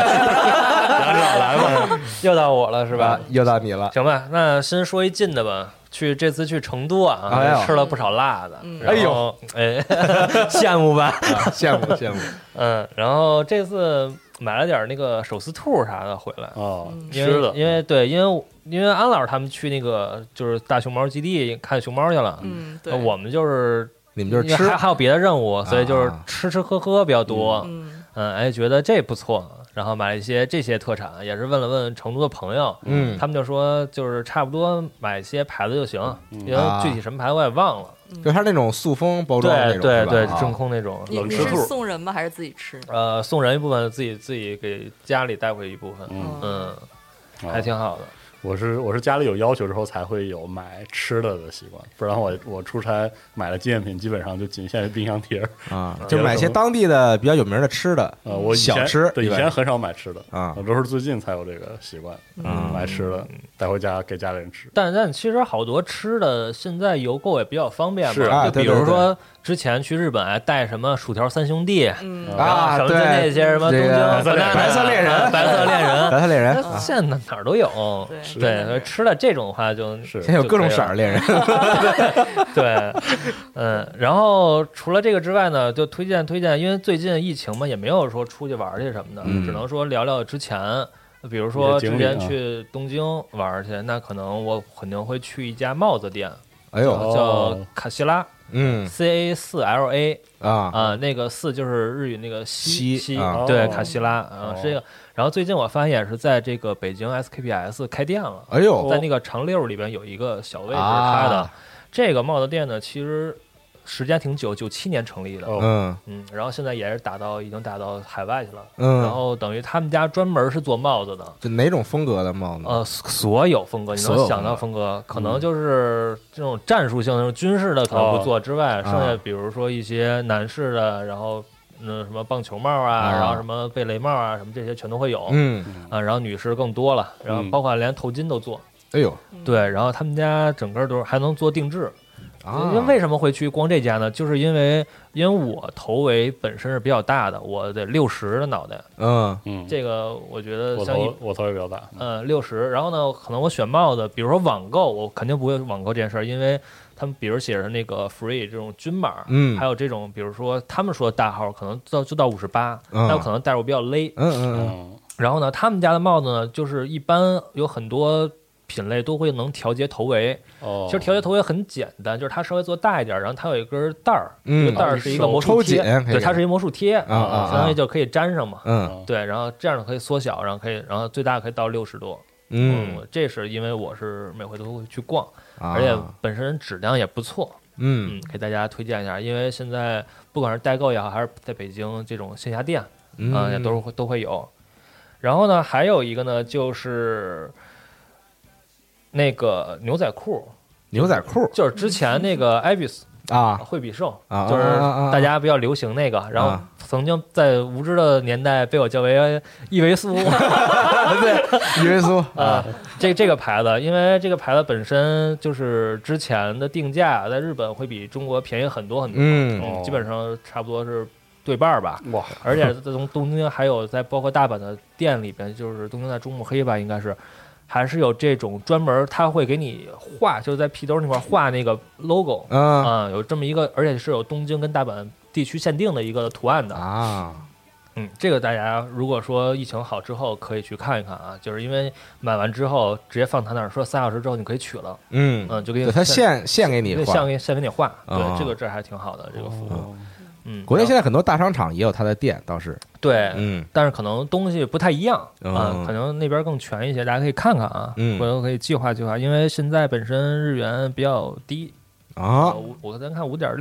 来吧，又到我了是吧？ 又到你了， 行吧，那先说一近的吧。这次去成都啊，吃了不少辣的。 哎呦， 羡慕吧？ 羡慕。 然后这次买了点那个手撕兔啥的回来吃的， 因为安老他们去那个就是大熊猫基地看熊猫去了。 对， 我们就是你们就是吃， 还有别的任务，所以就是吃喝比较多。觉得这不错。然后买了一些这些特产，也是问了问成都的朋友，他们就说就是差不多买一些牌子就行，因为具体什么牌子我也忘了。 就它那种塑封包装那种， 对，真空那种。 你是送人吗？还是自己吃？ 送人一部分，自己给家里带回一部分，还挺好的。 我是家里有要求之后才会有买吃的习惯，不然我出差买的纪念品基本上就仅限于冰箱贴啊，就买些当地的比较有名的吃的。 我小吃以前很少买吃的啊， 我都是最近才有这个习惯，买吃的带回家给家里人吃。 但其实好多吃的现在邮购也比较方便嘛， 就比如说之前去日本还带什么薯条三兄弟什么那些什么东京白色恋人， 现在哪儿都有。对，吃了这种的话就是现在有各种色儿恋人。 对，然后除了这个之外呢，就推荐，因为最近疫情嘛，也没有说出去玩去什么的，只能说聊聊之前，比如说之前去东京玩去，那可能我肯定会去一家帽子店，叫卡西拉。CA4LA 那个4就是日语那个西，对，卡西拉是这个。然后最近我发现也是在这个北京 SKPS 开店了，在那个长六里边有一个小位置是他的。这个帽子店呢，其实时间挺久，97年成立的，然后现在也是已经打到海外去了，然后等于他们家专门是做帽子的。 就哪种风格的帽子？ 所有风格你能想到风格，可能就是这种战术性的、军事的可能不做之外，剩下比如说一些男士的，然后什么棒球帽啊，然后什么贝雷帽啊，什么这些全都会有，然后女士更多了，然后包括连头巾都做。 哎呦， 对，然后他们家整个都还能做定制。因为为什么会去逛这家呢？就是因为我头围本身是比较大的，我得60的脑袋，这个我觉得我头也比较大 ，60。然后呢，可能我选帽子，比如说网购，我肯定不会网购这件事儿，因为他们比如写着那个 free 这种均码，还有这种比如说他们说大号可能就到58，那我可能戴着我比较勒，然后呢，他们家的帽子呢，就是一般有很多品类都会能调节头围，其实调节头围很简单，就是它稍微做大一点，然后它有一根带儿，这个带儿是一个魔术贴，对，它是一魔术贴，相当于就可以粘上嘛，对，然后这样可以缩小，然后最大可以到60多，这是因为我是每回都会去逛，而且本身质量也不错，给大家推荐一下，因为现在不管是代购也好，还是在北京这种线下店，也都会有。然后呢，还有一个呢，就是那个牛仔裤就是之前那个 Ibis 惠比寿就是大家比较流行那个，然后曾经在无知的年代被我叫为伊维苏， 对，伊维苏这个牌子，因为这个牌子本身就是之前的定价在日本会比中国便宜很多很多，基本上差不多是对半吧，哇！而且从东京还有在包括大阪的店里边，就是东京在中目黑吧，应该是还是有这种专门，他会给你画，就是在屁兜那块画那个 logo，有这么一个，而且是有东京跟大阪地区限定的一个图案的这个大家如果说疫情好之后可以去看一看啊，就是因为买完之后直接放他那儿，说3小时之后你可以取了，就给你他现给你画， 现给你画，对，这个这还挺好的这个服务。 国内现在很多大商场也有它的店，倒是对，但是可能东西不太一样可能那边更全一些，大家可以看看啊，回头可以计划计划，因为现在本身日元比较低我咱看5.6、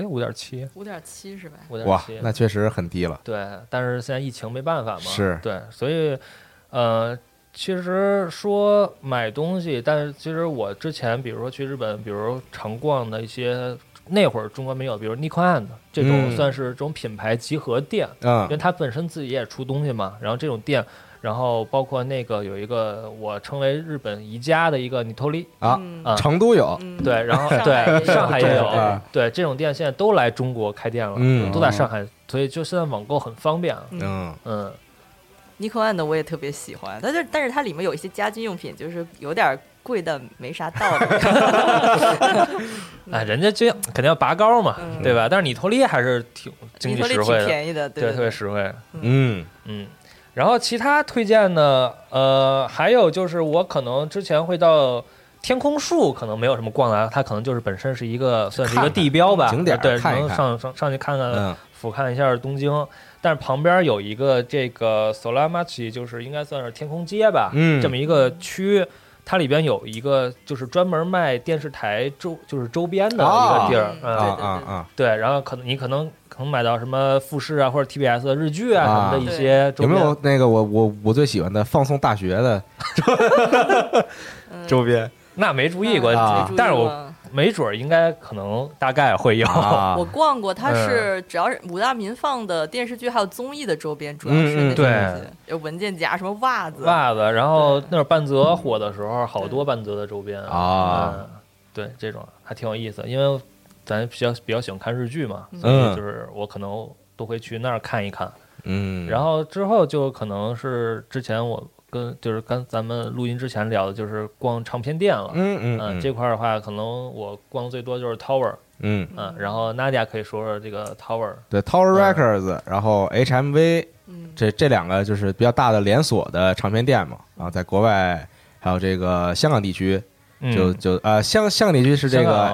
5.7是吧？ 哇，那确实很低了。 对，但是现在疫情没办法嘛， 是对，所以其实说买东西，但是其实我之前比如说去日本，比如常逛的一些。那会儿中国没有，比如 Nikon 这种算是这种品牌集合店，因为它本身自己也出东西嘛。然后这种店，然后包括那个有一个我称为日本宜家的一个 Nitori 成都有， 对，然后对上海也有，对这种店现在都来中国开店了，都在上海所以就现在网购很方便。 Nico and 我也特别喜欢，但是它里面有一些家居用品，就是有点贵的没啥道理。 哎，人家这肯定要拔高嘛，对吧？但是尼托利还是挺经济实惠的， 便宜的， 对，特别实惠。 然后其他推荐呢，还有就是我可能之前会到天空树，可能没有什么逛的，它可能就是本身是一个算是一个地标吧， 景点， 对，能上去看看，俯瞰一下东京。但是旁边有一个这个 Solamachi， 就是应该算是天空街吧，这么一个区，它里边有一个就是专门卖电视台就是周边的一个地儿，对，然后你可能买到什么富士啊或者 TBS 的日剧啊什么的一些周边。 有没有那个我最喜欢的放送大学的周边？ 那没注意过，但是我没准应该可能大概会有。 我逛过，它是只要是五大民放的电视剧还有综艺的周边，主要是那些有文件夹、什么袜子， 然后那会儿半泽火的时候，好多半泽的周边对，这种还挺有意思，因为咱比较喜欢看日剧嘛，所以就是我可能都会去那儿看一看。然后之后就可能是之前我跟咱们录音之前聊的，就是逛唱片店了。这块的话，可能我逛最多就是 Tower。然后 Nadia 可以说说这个 Tower。对 ，Tower Records，然后 HMV，这两个就是比较大的连锁的唱片店嘛。然后在国外还有这个香港地区。香港地区是这个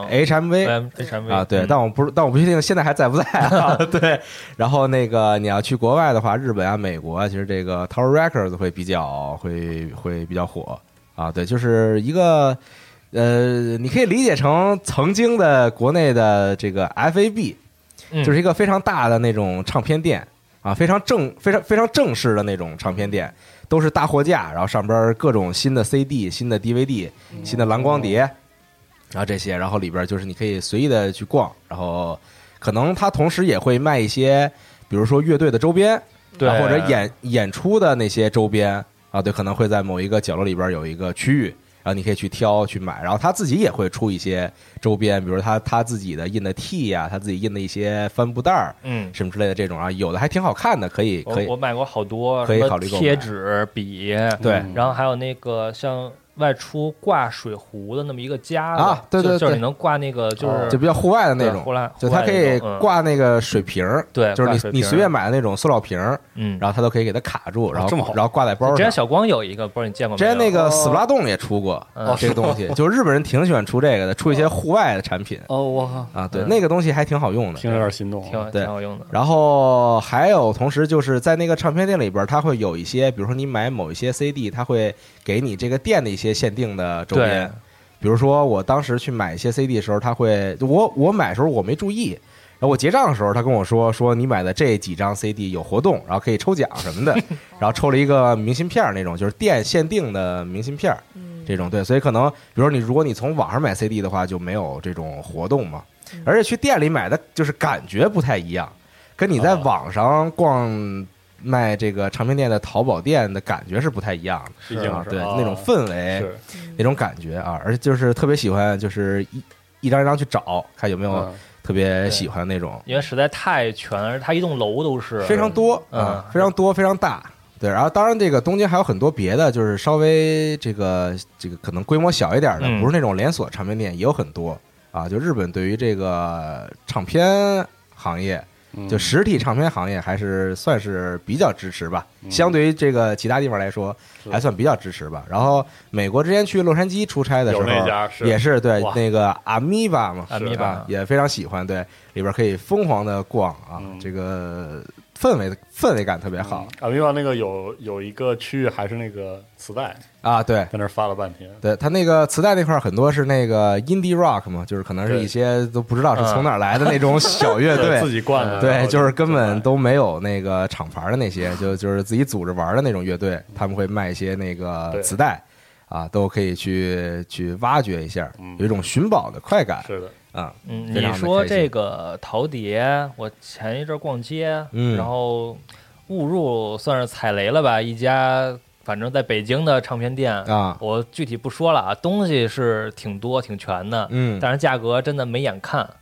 HMV 啊，对，但我不确定现在还在不在啊。对，然后那个你要去国外的话，日本啊、美国啊，其实这个 Tower Records 会比较火啊。对，就是一个你可以理解成曾经的国内的这个 FAB，就是一个非常大的那种唱片店啊，非常正式的那种唱片店。都是大货架，然后上边各种新的 CD、新的 DVD、新的蓝光碟，然后这些，然后里边就是你可以随意的去逛，然后可能它同时也会卖一些，比如说乐队的周边，对，或者演出的那些周边啊，对，可能会在某一个角落里边有一个区域，然后你可以去挑去买，然后他自己也会出一些周边，比如他自己的印的 T 呀，他自己印的一些帆布袋儿，什么之类的这种啊，有的还挺好看的，可以。 我买过好多， 可以考虑购买贴纸、笔， 对， 然后还有那个像外出挂水壶的那么一个夹啊，对， 就是你能挂那个，就比较户外的那种，就它可以挂那个水瓶， 对， 就是你随便买的那种塑料瓶，然后它都可以给它卡住，然后挂在包上。 之前小光有一个，不知道你见过没有？ 之前那个死不拉动也出过这个东西，就日本人挺喜欢出这个的，出一些户外的产品。 我靠啊，对，那个东西还挺好用的， 听着有点心动， 挺好用的。 然后还有，同时就是在那个唱片店里边，它会有一些，比如说你买某一些 CD，它会给你这个店的一些限定的周边，比如说我当时去买一些 CD 的时候，他会我买的时候我没注意，然后我结账的时候，他跟我说你买的这几张 CD 有活动，然后可以抽奖什么的，然后抽了一个明信片那种，就是店限定的明信片，这种对，所以可能比如说如果你从网上买 CD 的话，就没有这种活动嘛，而且去店里买的就是感觉不太一样，跟你在网上逛卖这个唱片店的淘宝店的感觉是不太一样的， 毕竟是对那种氛围，那种感觉啊，而且就是特别喜欢，就是一张一张去找，看有没有特别喜欢的那种， 因为实在太全了，它一栋楼都是非常多，非常多，非常大。对，然后当然这个东京还有很多别的，就是稍微这个可能规模小一点的，不是那种连锁唱片店，也有很多啊。就日本对于这个唱片行业。就实体唱片行业还是算是比较支持吧，相对于这个其他地方来说，还算比较支持吧。然后美国之前去洛杉矶出差的时候，也是对那个阿米巴嘛， 阿米巴也非常喜欢，对里边可以疯狂的逛啊，这个氛围感特别好。 阿米巴那个有一个区域还是那个磁带啊，对， 在那发了半天。 对他那个磁带那块很多是那个 indie rock 嘛，就是可能是一些都不知道是从哪儿来的那种小乐队， 自己灌的。 对，就是根本都没有那个厂牌的那些，就是自己组织玩的那种乐队，他们会卖一些那个磁带啊，都可以去挖掘一下，有一种寻宝的快感。 是的。 你说这个陶碟，我前一阵逛街，然后误入算是踩雷了吧，一家反正在北京的唱片店啊， 我具体不说了啊，东西是挺多挺全的，但是价格真的没眼看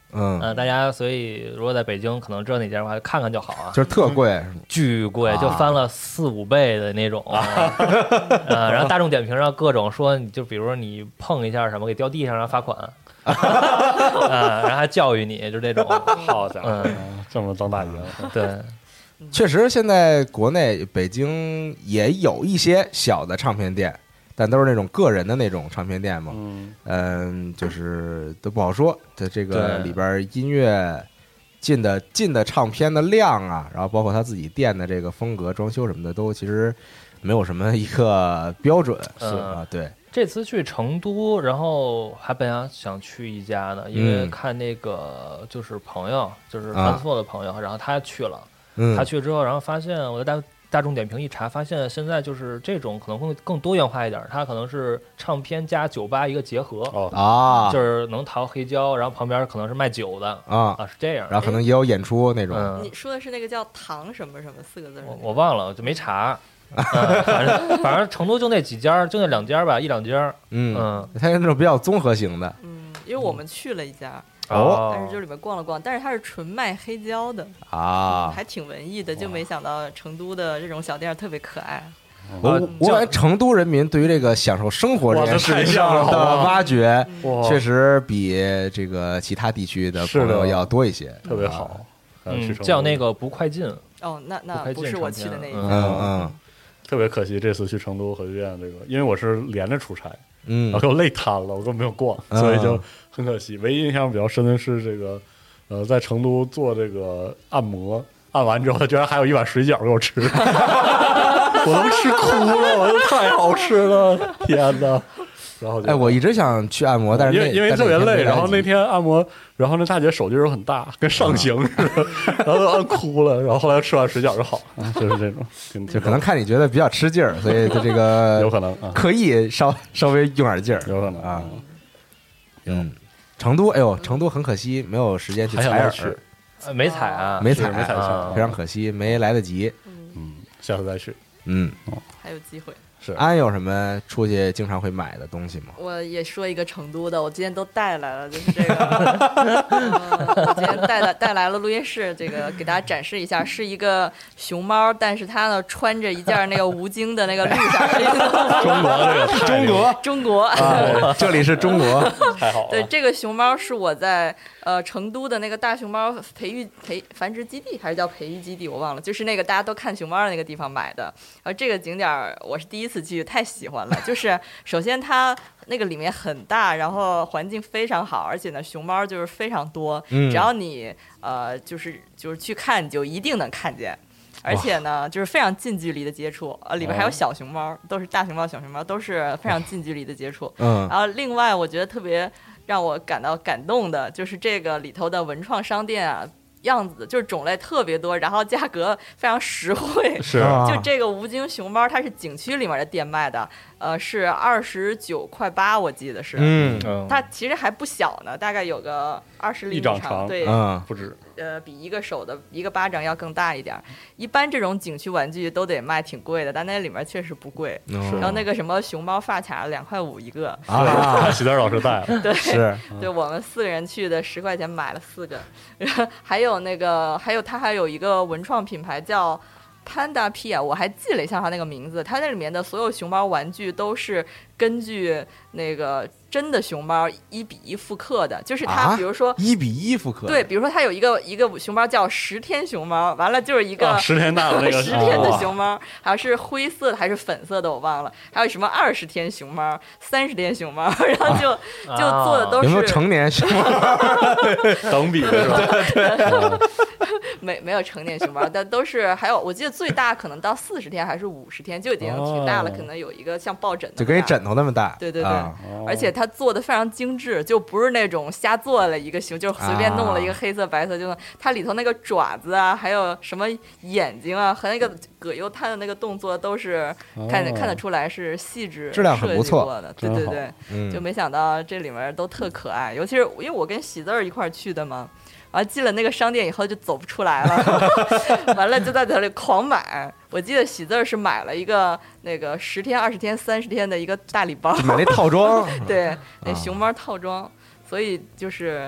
大家所以如果在北京可能知道哪家的话，看看就好啊。 就是特贵， 巨贵，就翻了4-5倍的那种。然后大众点评上各种说，你就比如说你碰一下什么给掉地上，然后罚款。然后还教育你，就这种。 好家伙，这么当大爷。 对， 确实现在国内北京也有一些小的唱片店。但都是那种个人的那种唱片店嘛，就是都不好说。这个里边音乐进的唱片的量啊，然后包括他自己店的这个风格、装修什么的，都其实没有什么一个标准。是啊，对。 这次去成都，然后还本来想去一家呢，因为看那个就是朋友，就是犯错的朋友，然后他去了，他去之后，然后发现我在大众点评一查，发现现在就是这种可能会更多元化一点，它可能是唱片加酒吧一个结合就是能淘黑胶，然后旁边可能是卖酒的是这样， 然后可能也有演出那种。 你说的是那个叫唐什么什么4个字？ 我忘了，就没查。反正成都就那几家，就那2家吧，1-2家。 它是那种比较综合型的。 因为我们去了一家。但是就里面逛了逛，但是它是纯卖黑胶的还挺文艺的，就没想到成都的这种小店特别可爱。 我感觉成都人民对于这个享受生活这件事情上的挖掘，确实比这个其他地区的朋友要多一些， 特别好。 叫那个不快进。 那不是我去的那一家。 特别可惜这次去成都核聚变这个，因为我是连着出差。然后给我累瘫了，我根本没有逛，所以就很可惜。唯一印象比较深的是这个，在成都做这个按摩，按完之后他居然还有一碗水饺给我吃，我都吃哭了，我太好吃了，天哪！然后我一直想去按摩，但是因为特别累，然后那天按摩，然后那大姐手劲儿很大，跟上刑似的，然后都按哭了，然后后来吃完水饺就好，就是这种， 就可能看你觉得比较吃劲儿，所以就这个有可能刻意稍微用点劲儿， 有可能啊。 成都，成都很可惜没有时间去采耳， 没采啊， 没采，非常可惜，没来得及。 下次再去。 还有机会。 是安有什么出去经常会买的东西吗？ 我也说一个成都的，我今天都带来了，就是这个，我今天带来了录音室，这个给大家展示一下，是一个熊猫，但是它呢穿着一件那个吴京的那个绿色中国，这里是中国， 太好了。 对，这个熊猫是我在成都的那个大熊猫繁殖基地，还是叫培育基地，我忘了，就是那个大家都看熊猫的那个地方买的。然后这个景点我是第一次去，太喜欢了。就是首先它那个里面很大，然后环境非常好，而且呢熊猫就是非常多，只要你就是去看，你就一定能看见。而且呢，就是非常近距离的接触，里边还有小熊猫，都是大熊猫、小熊猫，都是非常近距离的接触。然后另外我觉得特别让我感到感动的就是这个里头的文创商店啊，样子就是种类特别多，然后价格非常实惠。 是就这个吴京熊猫，它是景区里面的店卖的，是29.8块，我记得是。它其实还不小呢，大概有个20厘米长，对， 不止。 比一个手的一个巴掌要更大一点。一般这种景区玩具都得卖挺贵的，但那里面确实不贵。然后那个什么熊猫发卡2.5块一个啊，喜德老师带了。 对，是，对我们4个人去的，10块钱买了4个。还有它还有一个文创品牌叫Panda P 啊，我还记了一下它那个名字。它那里面的所有熊猫玩具都是根据那个真的熊猫1比1复刻的，就是它比如说 1比1复刻， 对，比如说它有一个熊猫叫10天熊猫，完了就是一个 10天大的那个 10天的熊猫，好像是灰色的还是粉色的我忘了，还有什么20天熊猫、30天熊猫，然后就做的都是有没有成年熊猫等比是吧？ 对。没有成年熊猫，但都是还有，我记得最大可能到40天还是50天就已经挺大了，可能有一个像抱枕的， 就跟一枕头那么大。 对对对，而且它做的非常精致，就不是那种瞎做了一个熊，就随便弄了一个黑色白色，就它里头那个爪子啊，还有什么眼睛啊和那个葛优瘫的那个动作都是看得出来是细致质量很不错的。对对对，就没想到这里面都特可爱，尤其是因为我跟喜字儿一块去的嘛。完了进了那个商店以后就走不出来了，完了就在这里狂买。我记得喜字是买了一个那个10天、20天、30天的一个大礼包， 买那套装， 对，那熊猫套装，所以就是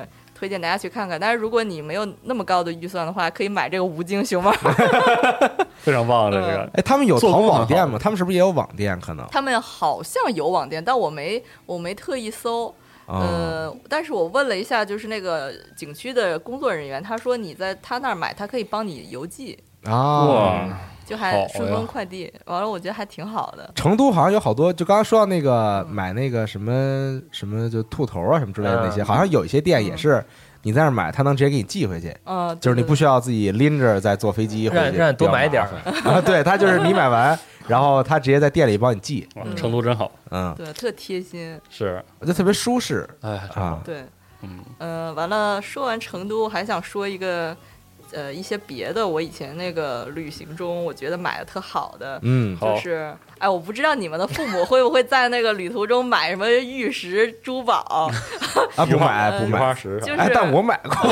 推荐大家去看看。但是如果你没有那么高的预算的话，可以买这个吴京熊猫， 非常棒这个。 哎，他们有淘网店吗？他们是不是也有网店？可能他们好像有网店，但我没特意搜。但是我问了一下，就是那个景区的工作人员，他说你在他那儿买，他可以帮你邮寄啊， 就还顺丰快递。完了，我觉得还挺好的。 成都好像有好多，就刚刚说到那个买那个什么什么就兔头啊什么之类的那些，好像有一些店也是你在那儿买，他能直接给你寄回去。就是你不需要自己拎着再坐飞机回去， 让你多买点啊。对，他就是你买完。然后他直接在店里帮你寄， 成都真好， 对，特贴心， 是， 我觉得特别舒适， 哎啊， 对，完了，说完成都，还想说一个，一些别的，我以前那个旅行中，我觉得买的特好的，就是哎，我不知道你们的父母会不会在那个旅途中买什么玉石珠宝啊？不买， 花石， 就是， 但我买过。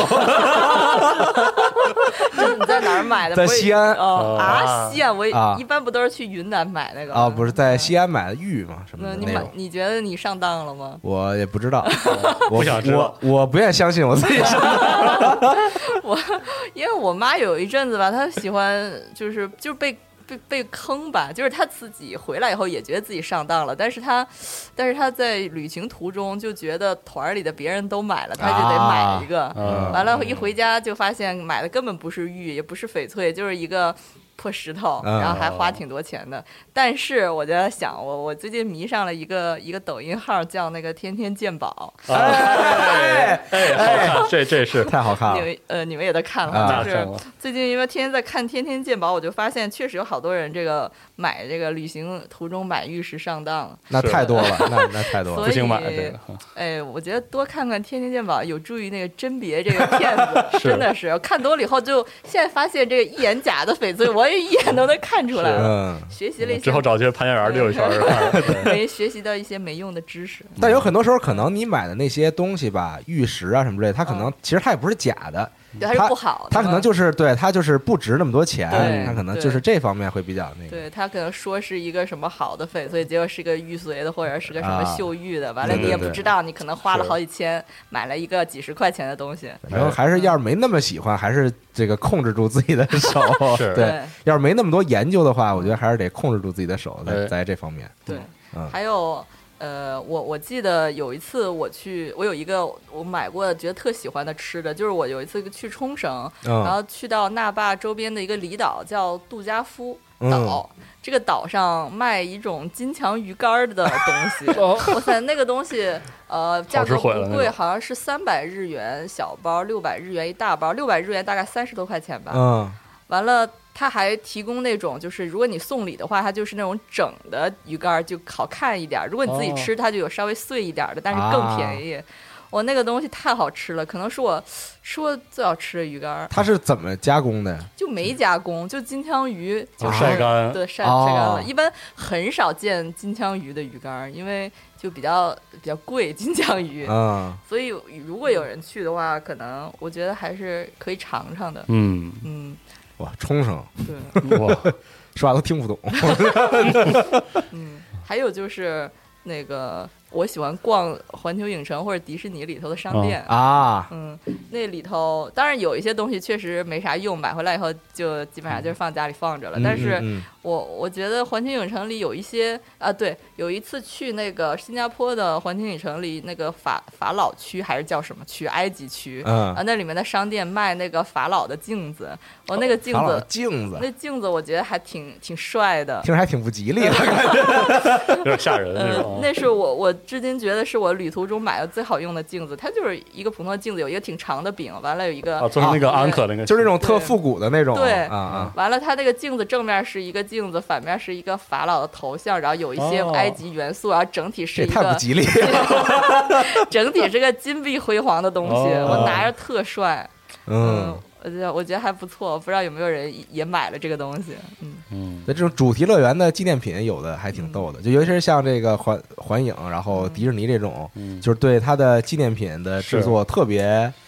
你在哪儿买的？ 在西安西安，我一般不都是去云南买那个啊？不是在西安买的玉吗？什么的？ 你觉得你上当了吗？ 我也不知道， 不想知道， 我不愿相信我自己上当。 因为我妈有一阵子吧，她喜欢就是被坑吧，就是他自己回来以后也觉得自己上当了，但是他在旅行途中就觉得团里的别人都买了，他就得买一个，完了，一回家就发现买的根本不是玉，也不是翡翠，就是一个破石头，然后还花挺多钱的。但是我就在想，我最近迷上了一个抖音号，叫那个天天鉴宝。 好看，这是太好看了。 你们也都看了，就是最近因为天天在看天天鉴宝，我就发现确实有好多人这个买这个旅行途中买玉石上当， 那太多了，那太多了， 不行买这个。 哎，我觉得多看看天天鉴宝有助于那个甄别这个骗子，真的是看多了以后，就现在发现这个一眼假的翡翠，我也一眼都能看出来了。学习了一些之后找些潘家园溜一圈， 没学习到一些没用的知识。 但有很多时候，可能你买的那些东西吧，玉石啊什么之类的，它可能其实它也不是假的。 对，它是不好的， 它可能就是对它就是不值那么多钱，它可能就是这方面会比较那个。 对，它可能说是一个什么好的翡翠，结果是个玉髓的，或者是个什么秀玉的，完了你也不知道，你可能花了好几千买了一个几十块钱的东西。 然后还是要是没那么喜欢，还是这个控制住自己的手。对，要是没那么多研究的话，我觉得还是得控制住自己的手，在这方面。 对，还有。我记得有一次我有一个我买过的觉得特喜欢的吃的，就是我有一次去冲绳，然后去到那霸周边的一个离岛叫杜加夫岛，这个岛上卖一种金枪鱼干的东西，哇塞，那个东西价格不贵，好像是300日元小包，600日元一大包，600日元大概30多块钱吧。完了。他还提供那种，就是如果你送礼的话，它就是那种整的鱼干，就好看一点。如果你自己吃，它就有稍微碎一点的，但是更便宜。我那个东西太好吃了，可能是我吃过最好吃的鱼干。 它是怎么加工的？ 就没加工，就金枪鱼就晒干， 对，晒干了。一般很少见金枪鱼的鱼干，因为就比较贵，金枪鱼。所以如果有人去的话，可能我觉得还是可以尝尝的。 哇，冲绳， 对， 哇，说话都听不懂。 还有就是那个，我喜欢逛环球影城或者迪士尼里头的商店那里头当然有一些东西确实没啥用，买回来以后就基本上就是放家里放着了。但是我觉得环球影城里有一些对，有一次去那个新加坡的环球影城里那个法老区还是叫什么区，埃及区那里面的商店卖那个法老的镜子，我那个镜子那镜子我觉得还挺帅的， 听着还挺不吉利的， 有点吓人那种。 那是我至今觉得是我旅途中买的最好用的镜子，它就是一个普通的镜子，有一个挺长的柄，完了有一个就是那个安可那个， 就是那种特复古的那种。 对完了它那个镜子正面是一个镜子，反面是一个法老的头像，然后有一些埃及元素，然后整体是一个太不吉利， 整体是个金碧辉煌的东西，我拿着特帅。我觉得还不错，不知道有没有人也买了这个东西。 这种主题乐园的纪念品有的还挺逗的，就尤其是像这个环影，然后迪士尼这种，就是对它的纪念品的制作特别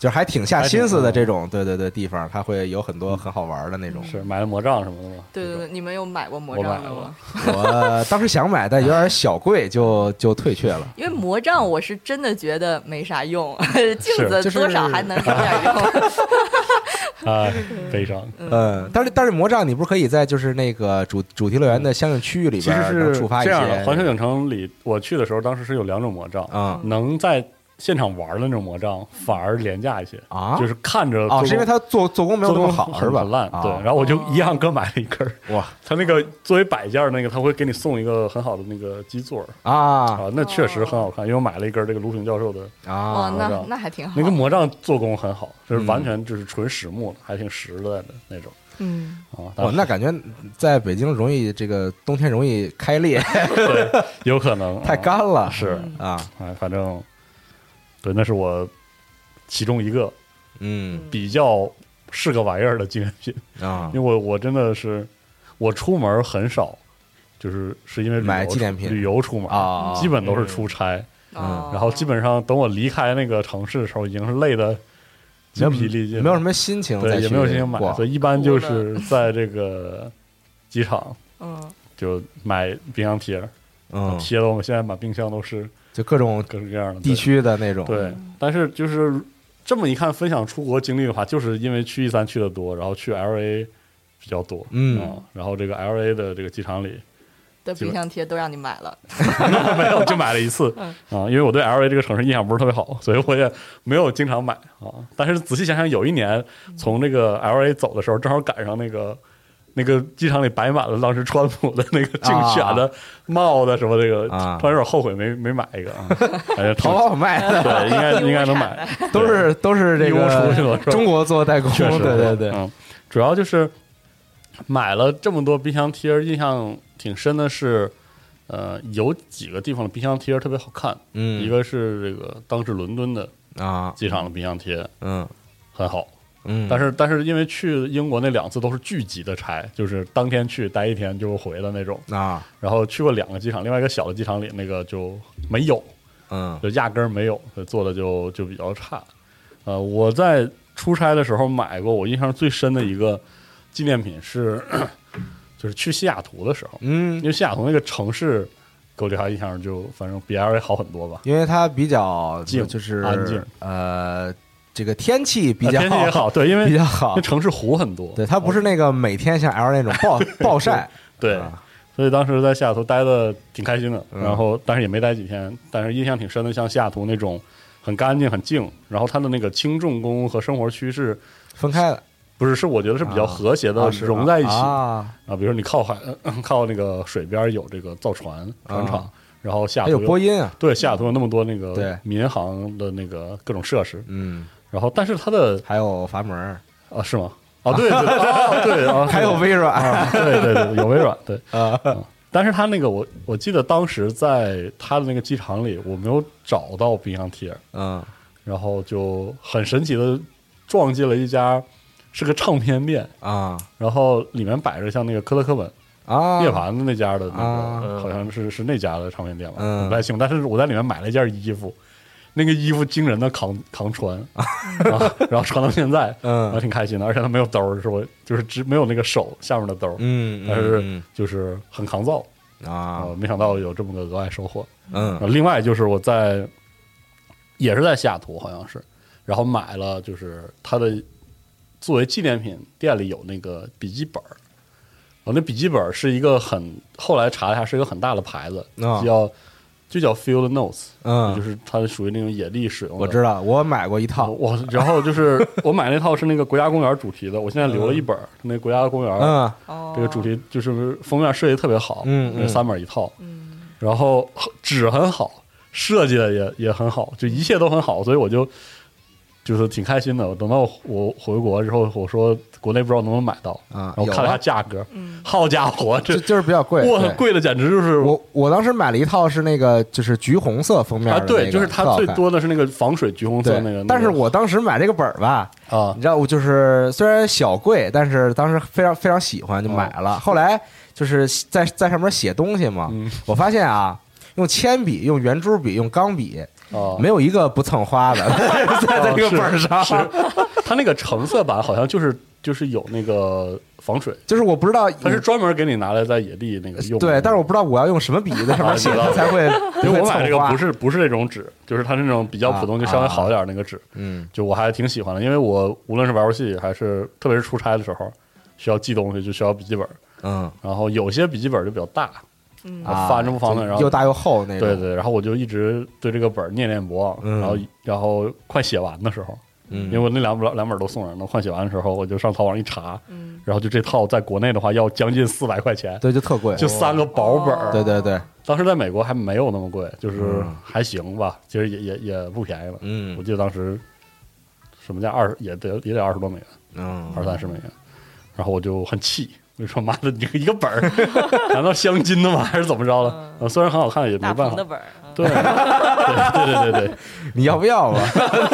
就是还挺下心思的这种，对对对，地方它会有很多很好玩的那种。 是买了魔杖什么的吗？ 对对对，你们有买过魔杖的吗？ 我当时想买，但有点小贵，就退却了。 因为魔杖我是真的觉得没啥用，镜子多少还能有点用。 啊，悲伤。 但是魔杖你不是可以在就是那个主题乐园的相应区域里边， 其实是触发一些。 这样的，环球影城里我去的时候，当时是有2种魔杖啊，能在现场玩的那种魔杖反而廉价一些啊，就是看着是因为它做工没有那么好，是吧？ 很烂，对。然后我就一样各买了一根哇，它那个作为摆件那个，他会给你送一个很好的那个基座啊，那确实很好看，因为我买了一根这个卢平教授的啊，那还挺好。 那个魔杖做工很好，就是完全就是纯实木的，还挺实在的那种。 那感觉在北京容易这个冬天容易开裂， 对，有可能太干了， 是啊，反正。对，那是我其中一个，比较是个玩意儿的纪念品啊。因为我真的是，我出门很少，是因为买纪念品、 旅游出门啊，基本都是出差。然后基本上等我离开那个城市的时候，已经是累得筋疲力尽， 没有什么心情， 对，也没有心情买，所以一般就是在这个机场，就买冰箱贴，贴的我们现在满冰箱都是。 就各种各式各样的地区的那种， 对。但是就是这么一看，分享出国经历的话，就是因为去E3去的多，然后去 LA 比较多，然后这个 LA 的这个机场里的冰箱贴都让你买了， 没有，就买了一次因为我对 LA 这个城市印象不是特别好，所以我也没有经常买但是仔细想想，有一年从这个 LA 走的时候，正好赶上那个机场里摆满了当时川普的那个竞选的帽子什么，这个突然有点后悔没买一个感觉淘宝卖的， 对，应该能买， 都是这个中国做代工， 确实， 对对， 主要就是买了这么多冰箱贴，印象挺深的是，有几个地方的冰箱贴特别好看，一个是这个当时伦敦的机场的冰箱贴，很好。但是因为去英国那2次都是聚集的差，就是当天去待1天就回的那种然后去过2个机场，另外一个小的机场里那个就没有，就压根儿没有，做的就比较差。我在出差的时候买过，我印象最深的一个纪念品是，就是去西雅图的时候，因为西雅图那个城市给我留下印象就反正比 LA 好很多吧， 因为它比较静， 就是安静， 这个天气比较好， 天气也好，对，因为比较好， 那城市湖很多， 对，它不是那个每天像 L 那种暴晒， 对，所以当时在西雅图待的挺开心的，然后但是也没待几天，但是印象挺深的，像西雅图那种很干净很静，然后它的那个轻重工和生活区是分开的， 不是，我觉得是比较和谐的融在一起比如说你靠海靠那个水边有这个造船厂。然后西雅图还有播音啊， 对，西雅图有那么多那个民航的那个各种设施，然后但是它的还有阀门是吗？对对， 还有微软， 对，有微软，对但是它那个我记得当时在它的那个机场里，我没有找到冰箱贴，然后就很神奇的撞进了一家是个唱片店然后里面摆着像那个科特·科本。涅槃的那家的那个好像是那家的唱片店吧，我不太清楚。但是我在里面买了一件衣服，那个衣服惊人的扛穿然后穿到现在，我挺开心的。而且它没有兜，是我就是没有那个手下面的兜，但是就是很抗造没想到有这么个额外收获。另外就是我也是在西雅图好像是，然后买了就是它的作为纪念品，店里有那个笔记本。那笔记本是一个后来查了一下是一个很大的牌子，就叫 Field Notes，就是它属于那种野地使用的。 我知道，我买过一套。 然后就是我买那套是那个国家公园主题的，我现在留了一本，那国家公园这个主题就是封面设计特别好，3本一套，然后纸很好，设计的也很好，就一切都很好，所以我就是挺开心的。等到我回国之后，我说国内不知道能不能买到然后看了一下价格，好家伙，这就是比较贵， 哇，贵的简直就是我当时买了一套是那个就是橘红色封面的对，就是它最多的是那个防水橘红色那个。 但是我当时买这个本吧你知道，我就是虽然小贵，但是当时非常非常喜欢，就买了。后来就是在上面写东西嘛，我发现用铅笔、用圆珠笔、用钢笔没有一个不蹭花的在这个本上。 它那个橙色版好像就是有那个防水， 就是我不知道它是专门给你拿来在野地那个用。 对，但是我不知道我要用什么笔在上面写才会。 因为我买这个不是这种纸，就是它那种比较普通就稍微好一点那个纸。就我还挺喜欢的，因为我无论是玩游戏还是特别是出差的时候需要记东西就需要笔记本。然后有些笔记本就比较大。翻着不方便，然后又大又厚那种。 对，然后我就一直对这个本念念不忘。然后快写完的时候，因为我那两本都送人了，快写完的时候我就上淘宝上一查，然后就这套在国内的话要将近400块钱， 对，就特贵， 就3个薄本。 对， 当时在美国还没有那么贵，就是还行吧，其实也不便宜了。我记得当时什么价也得20多美元，20-30美元，然后我就很气。我说妈的，你一个本儿，难道镶金的吗？还是怎么着了？虽然很好看，也没办法。 的本儿， 对， 你要不要吧？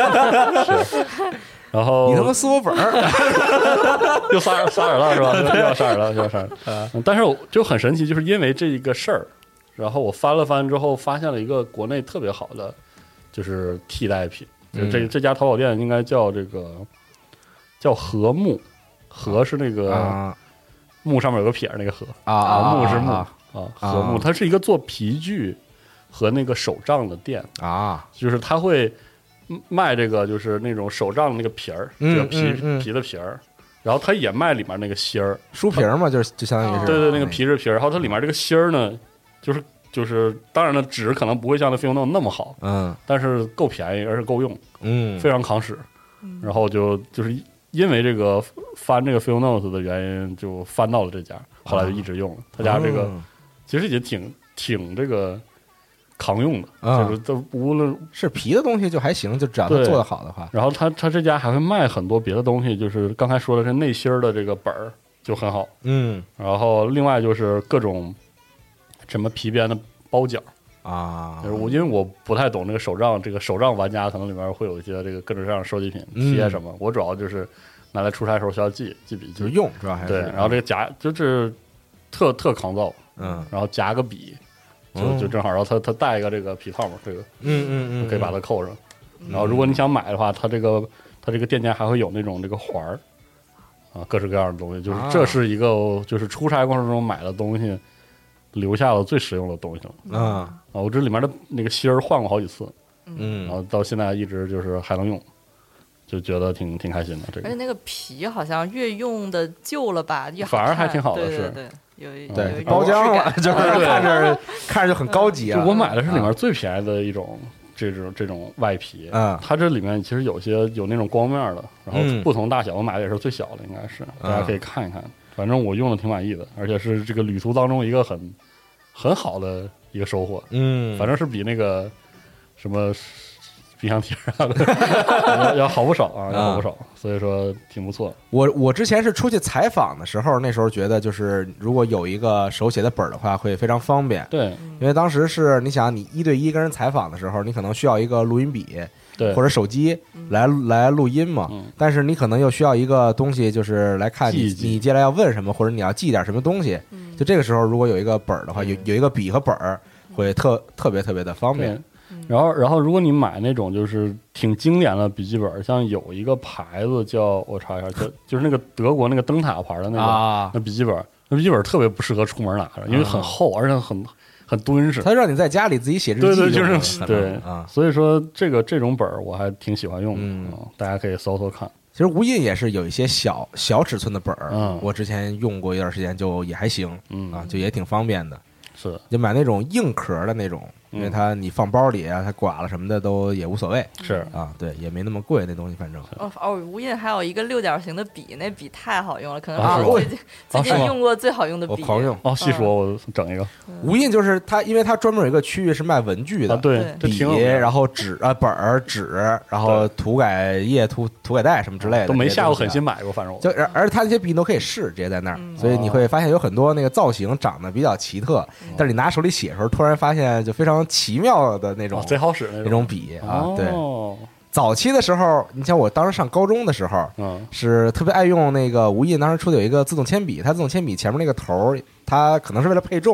然后你他妈撕我本儿， 又撒饵了是吧？又要撒饵了。但是就很神奇，就是因为这一个事儿，然后我翻了翻之后，发现了一个国内特别好的就是替代品，就这家淘宝店应该叫叫和木，和是那个。木上面有个撇那个和木是木和木，它是一个做皮具和那个手杖的店就是它会卖这个就是那种手杖的那个皮儿，这个皮的皮儿，然后它也卖里面那个芯儿， 书皮嘛，就相当于是对那个皮质皮儿，然后它里面这个芯儿呢，就是当然了，纸可能不会像那 Feel-No 那么好，但是够便宜而且够用，非常扛使，然后就是因为这个翻这个 Feel-No 的原因，就翻到了这家，后来就一直用了。他家这个其实也挺这个扛用的，就是都无论是皮的东西就还行，就只要他做得好的话。 然后他这家还会卖很多别的东西，就是刚才说的这内芯的这个本儿就很好，然后另外就是各种什么皮鞭的包角。就是因为我不太懂这个手杖玩家可能里面会有一些这个各种各样的收集品贴什么，我主要就是拿来出差的时候需要记笔记， 就是用主要还是对，然后这个夹就是特抗造，然后夹个笔就正好，然后它带一个这个皮套嘛，这个可以把它扣上，然后如果你想买的话，它这个店家还会有那种这个环儿各式各样的东西，就是这是一个就是出差过程中买的东西。留下了最实用的东西了我这里面的那个芯儿换过好几次，然后到现在一直就是还能用，就觉得挺开心的。这个而且那个皮好像越用的旧了吧，越好反而还挺好的， 对，有一包浆了，就是看着就很高级啊。 我买的是里面最便宜的一种这种外皮，它这里面其实有那种光面的，然后不同大小，我买的也是最小的，应该是大家可以看一看。反正我用的挺满意的，而且是这个旅途当中一个很好的一个收获。反正是比那个什么冰箱贴要好不少要好不少，所以说挺不错。 我之前是出去采访的时候，那时候觉得就是如果有一个手写的本的话，会非常方便。 对， 因为当时是你想你1对1跟人采访的时候，你可能需要一个录音笔。 对， 或者手机来录音嘛，但是你可能又需要一个东西，就是来看你接下来要问什么，或者你要记点什么东西。就这个时候，如果有一个本儿的话，有一个笔和本儿，会特别的方便。 然后，如果你买那种就是挺经典的笔记本，像有一个牌子叫我查一下，就是那个德国那个灯塔牌的那个那笔记本特别不适合出门拿着，因为很厚，而且很敦实， 它让你在家里自己写日记， 就是对所以说这种本我还挺喜欢用的，大家可以搜看。 其实无印也是有一些小尺寸的本儿，我之前用过一段时间，就也还行，就也挺方便的。 是， 就买那种硬壳的那种，因为它你放包里啊，它刮了什么的都也无所谓。 是对，也没那么贵那东西，反正。 无印还有一个6角形的笔，那笔太好用了，可能是我最近用过最好用的笔。 我狂用细说，我整一个。 无印就是它，因为它专门有一个区域是卖文具的， 对， 笔，然后纸本儿、纸，然后涂改液、涂改带什么之类的， 都没下过狠心买过，反正我。 就而且它那些笔都可以试，直接在那儿，所以你会发现有很多那个造型长得比较奇特。但是你拿手里写的时候，突然发现就非常奇妙的那种， 贼好使那种笔对。早期的时候，你像我当时上高中的时候，是特别爱用那个无印当时出的有一个自动铅笔，它自动铅笔前面那个头，它可能是为了配重，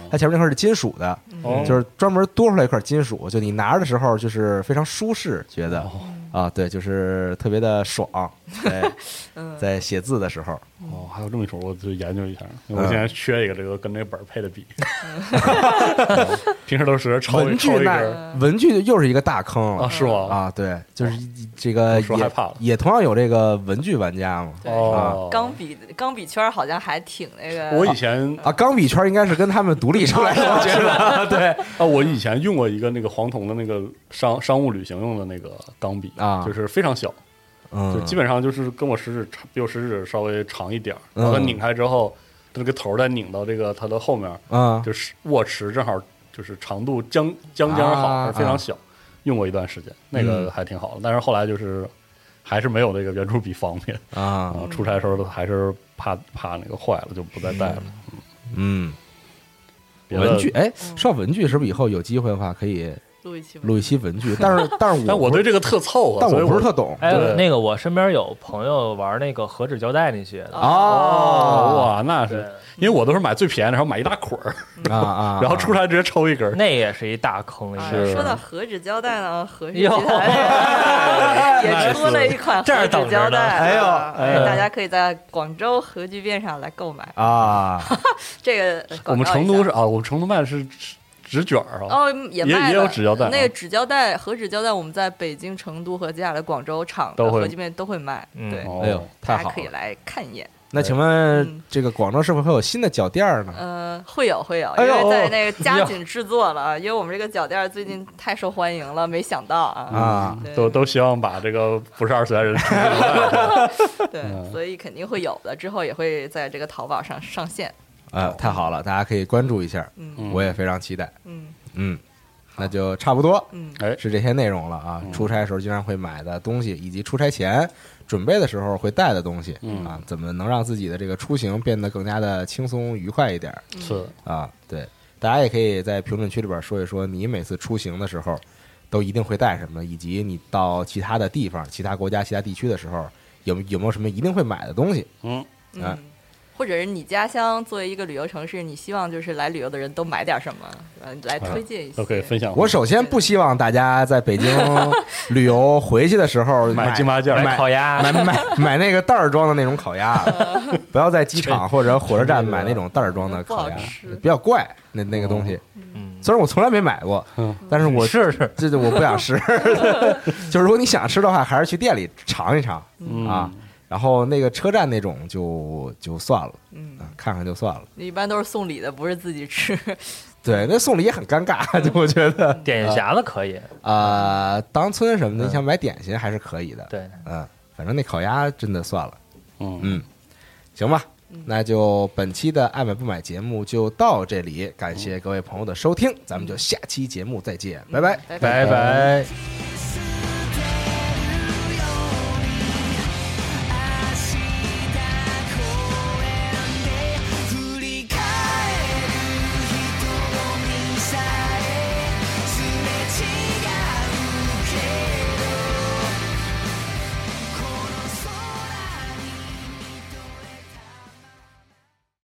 它前面那块是金属的，就是专门多出来一块金属，就你拿着的时候就是非常舒适，觉得啊，对，就是特别的爽，在写字的时候。 哦，还有这么一说，我就研究一下，因为我现在缺一个这个跟这个本配的笔。平时都是抄一根。 文具又是一个大坑啊，是吗？ 啊，对，就是这个也同样有这个文具玩家嘛。 哦，钢笔圈好像还挺那个。 我以前啊，钢笔圈应该是跟他们独立出来的，我觉得。对啊，我以前用过一个那个黄铜的那个商务旅行用的那个钢笔啊，就是非常小。就基本上就是跟我食指比我食指稍微长一点，然后它拧开之后，那个头再拧到这个它的后面，就是握持正好就是长度将好，非常小，用过一段时间，那个还挺好的。但是后来就是还是没有那个圆珠笔方便啊，出差的时候还是怕那个坏了，就不再带了。 文具，哎，说到文具，是不是以后有机会的话可以录一期文具？但我对这个特凑合， 但我不是特懂。 哎，那个我身边有朋友玩那个和纸胶带那些的哇，那是因为我都是买最便宜的，然后买一大捆儿然后出差直接抽一根， 那也是一大坑。 说到和纸胶带呢，和氏集团也出了一款和纸胶带， 哎呦， 大家可以在广州和聚变上来购买啊。 这个我们成都是啊，我们成都卖的是纸卷啊， 也有纸胶带， 那个纸胶带和纸胶带，我们在北京、成都和接下来广州厂的核聚变都会卖。对， 哎呦，太好了， 大家可以来看一眼。 那请问这个广州是否会有新的脚垫呢？会有，因为在那个加紧制作了，因为我们这个脚垫最近太受欢迎了，没想到啊， 都希望把这个不是二次元人对，所以肯定会有的，之后也会在这个淘宝上上线。 太好了，大家可以关注一下，我也非常期待。那就差不多，是这些内容了啊。出差的时候经常会买的东西，以及出差前准备的时候会带的东西，啊，怎么能让自己的这个出行变得更加的轻松愉快一点？ 是啊，对，大家也可以在评论区里边说一说，你每次出行的时候都一定会带什么，以及你到其他的地方、其他国家、其他地区的时候，有没有什么一定会买的东西？ 或者是你家乡作为一个旅游城市，你希望就是来旅游的人都买点什么，来推荐一些， 都可以分享。 我首先不希望大家在北京旅游回去的时候买金麻将、 买烤鸭、 买那个袋儿装的那种烤鸭，不要在机场或者火车站买那种袋儿装的烤鸭，比较怪那个东西。虽然我从来没买过，但是我试这我不想试。就是如果你想吃的话，还是去店里尝一尝啊。然后那个车站那种就算了，看看就算了。 一般都是送礼的，不是自己吃。 对，那送礼也很尴尬，我觉得。 点心匣子可以当村什么的，你想买点心还是可以的。 对， 反正那烤鸭真的算了。行吧，那就本期的爱买不买节目就到这里，感谢各位朋友的收听，咱们就下期节目再见，拜拜， 拜拜。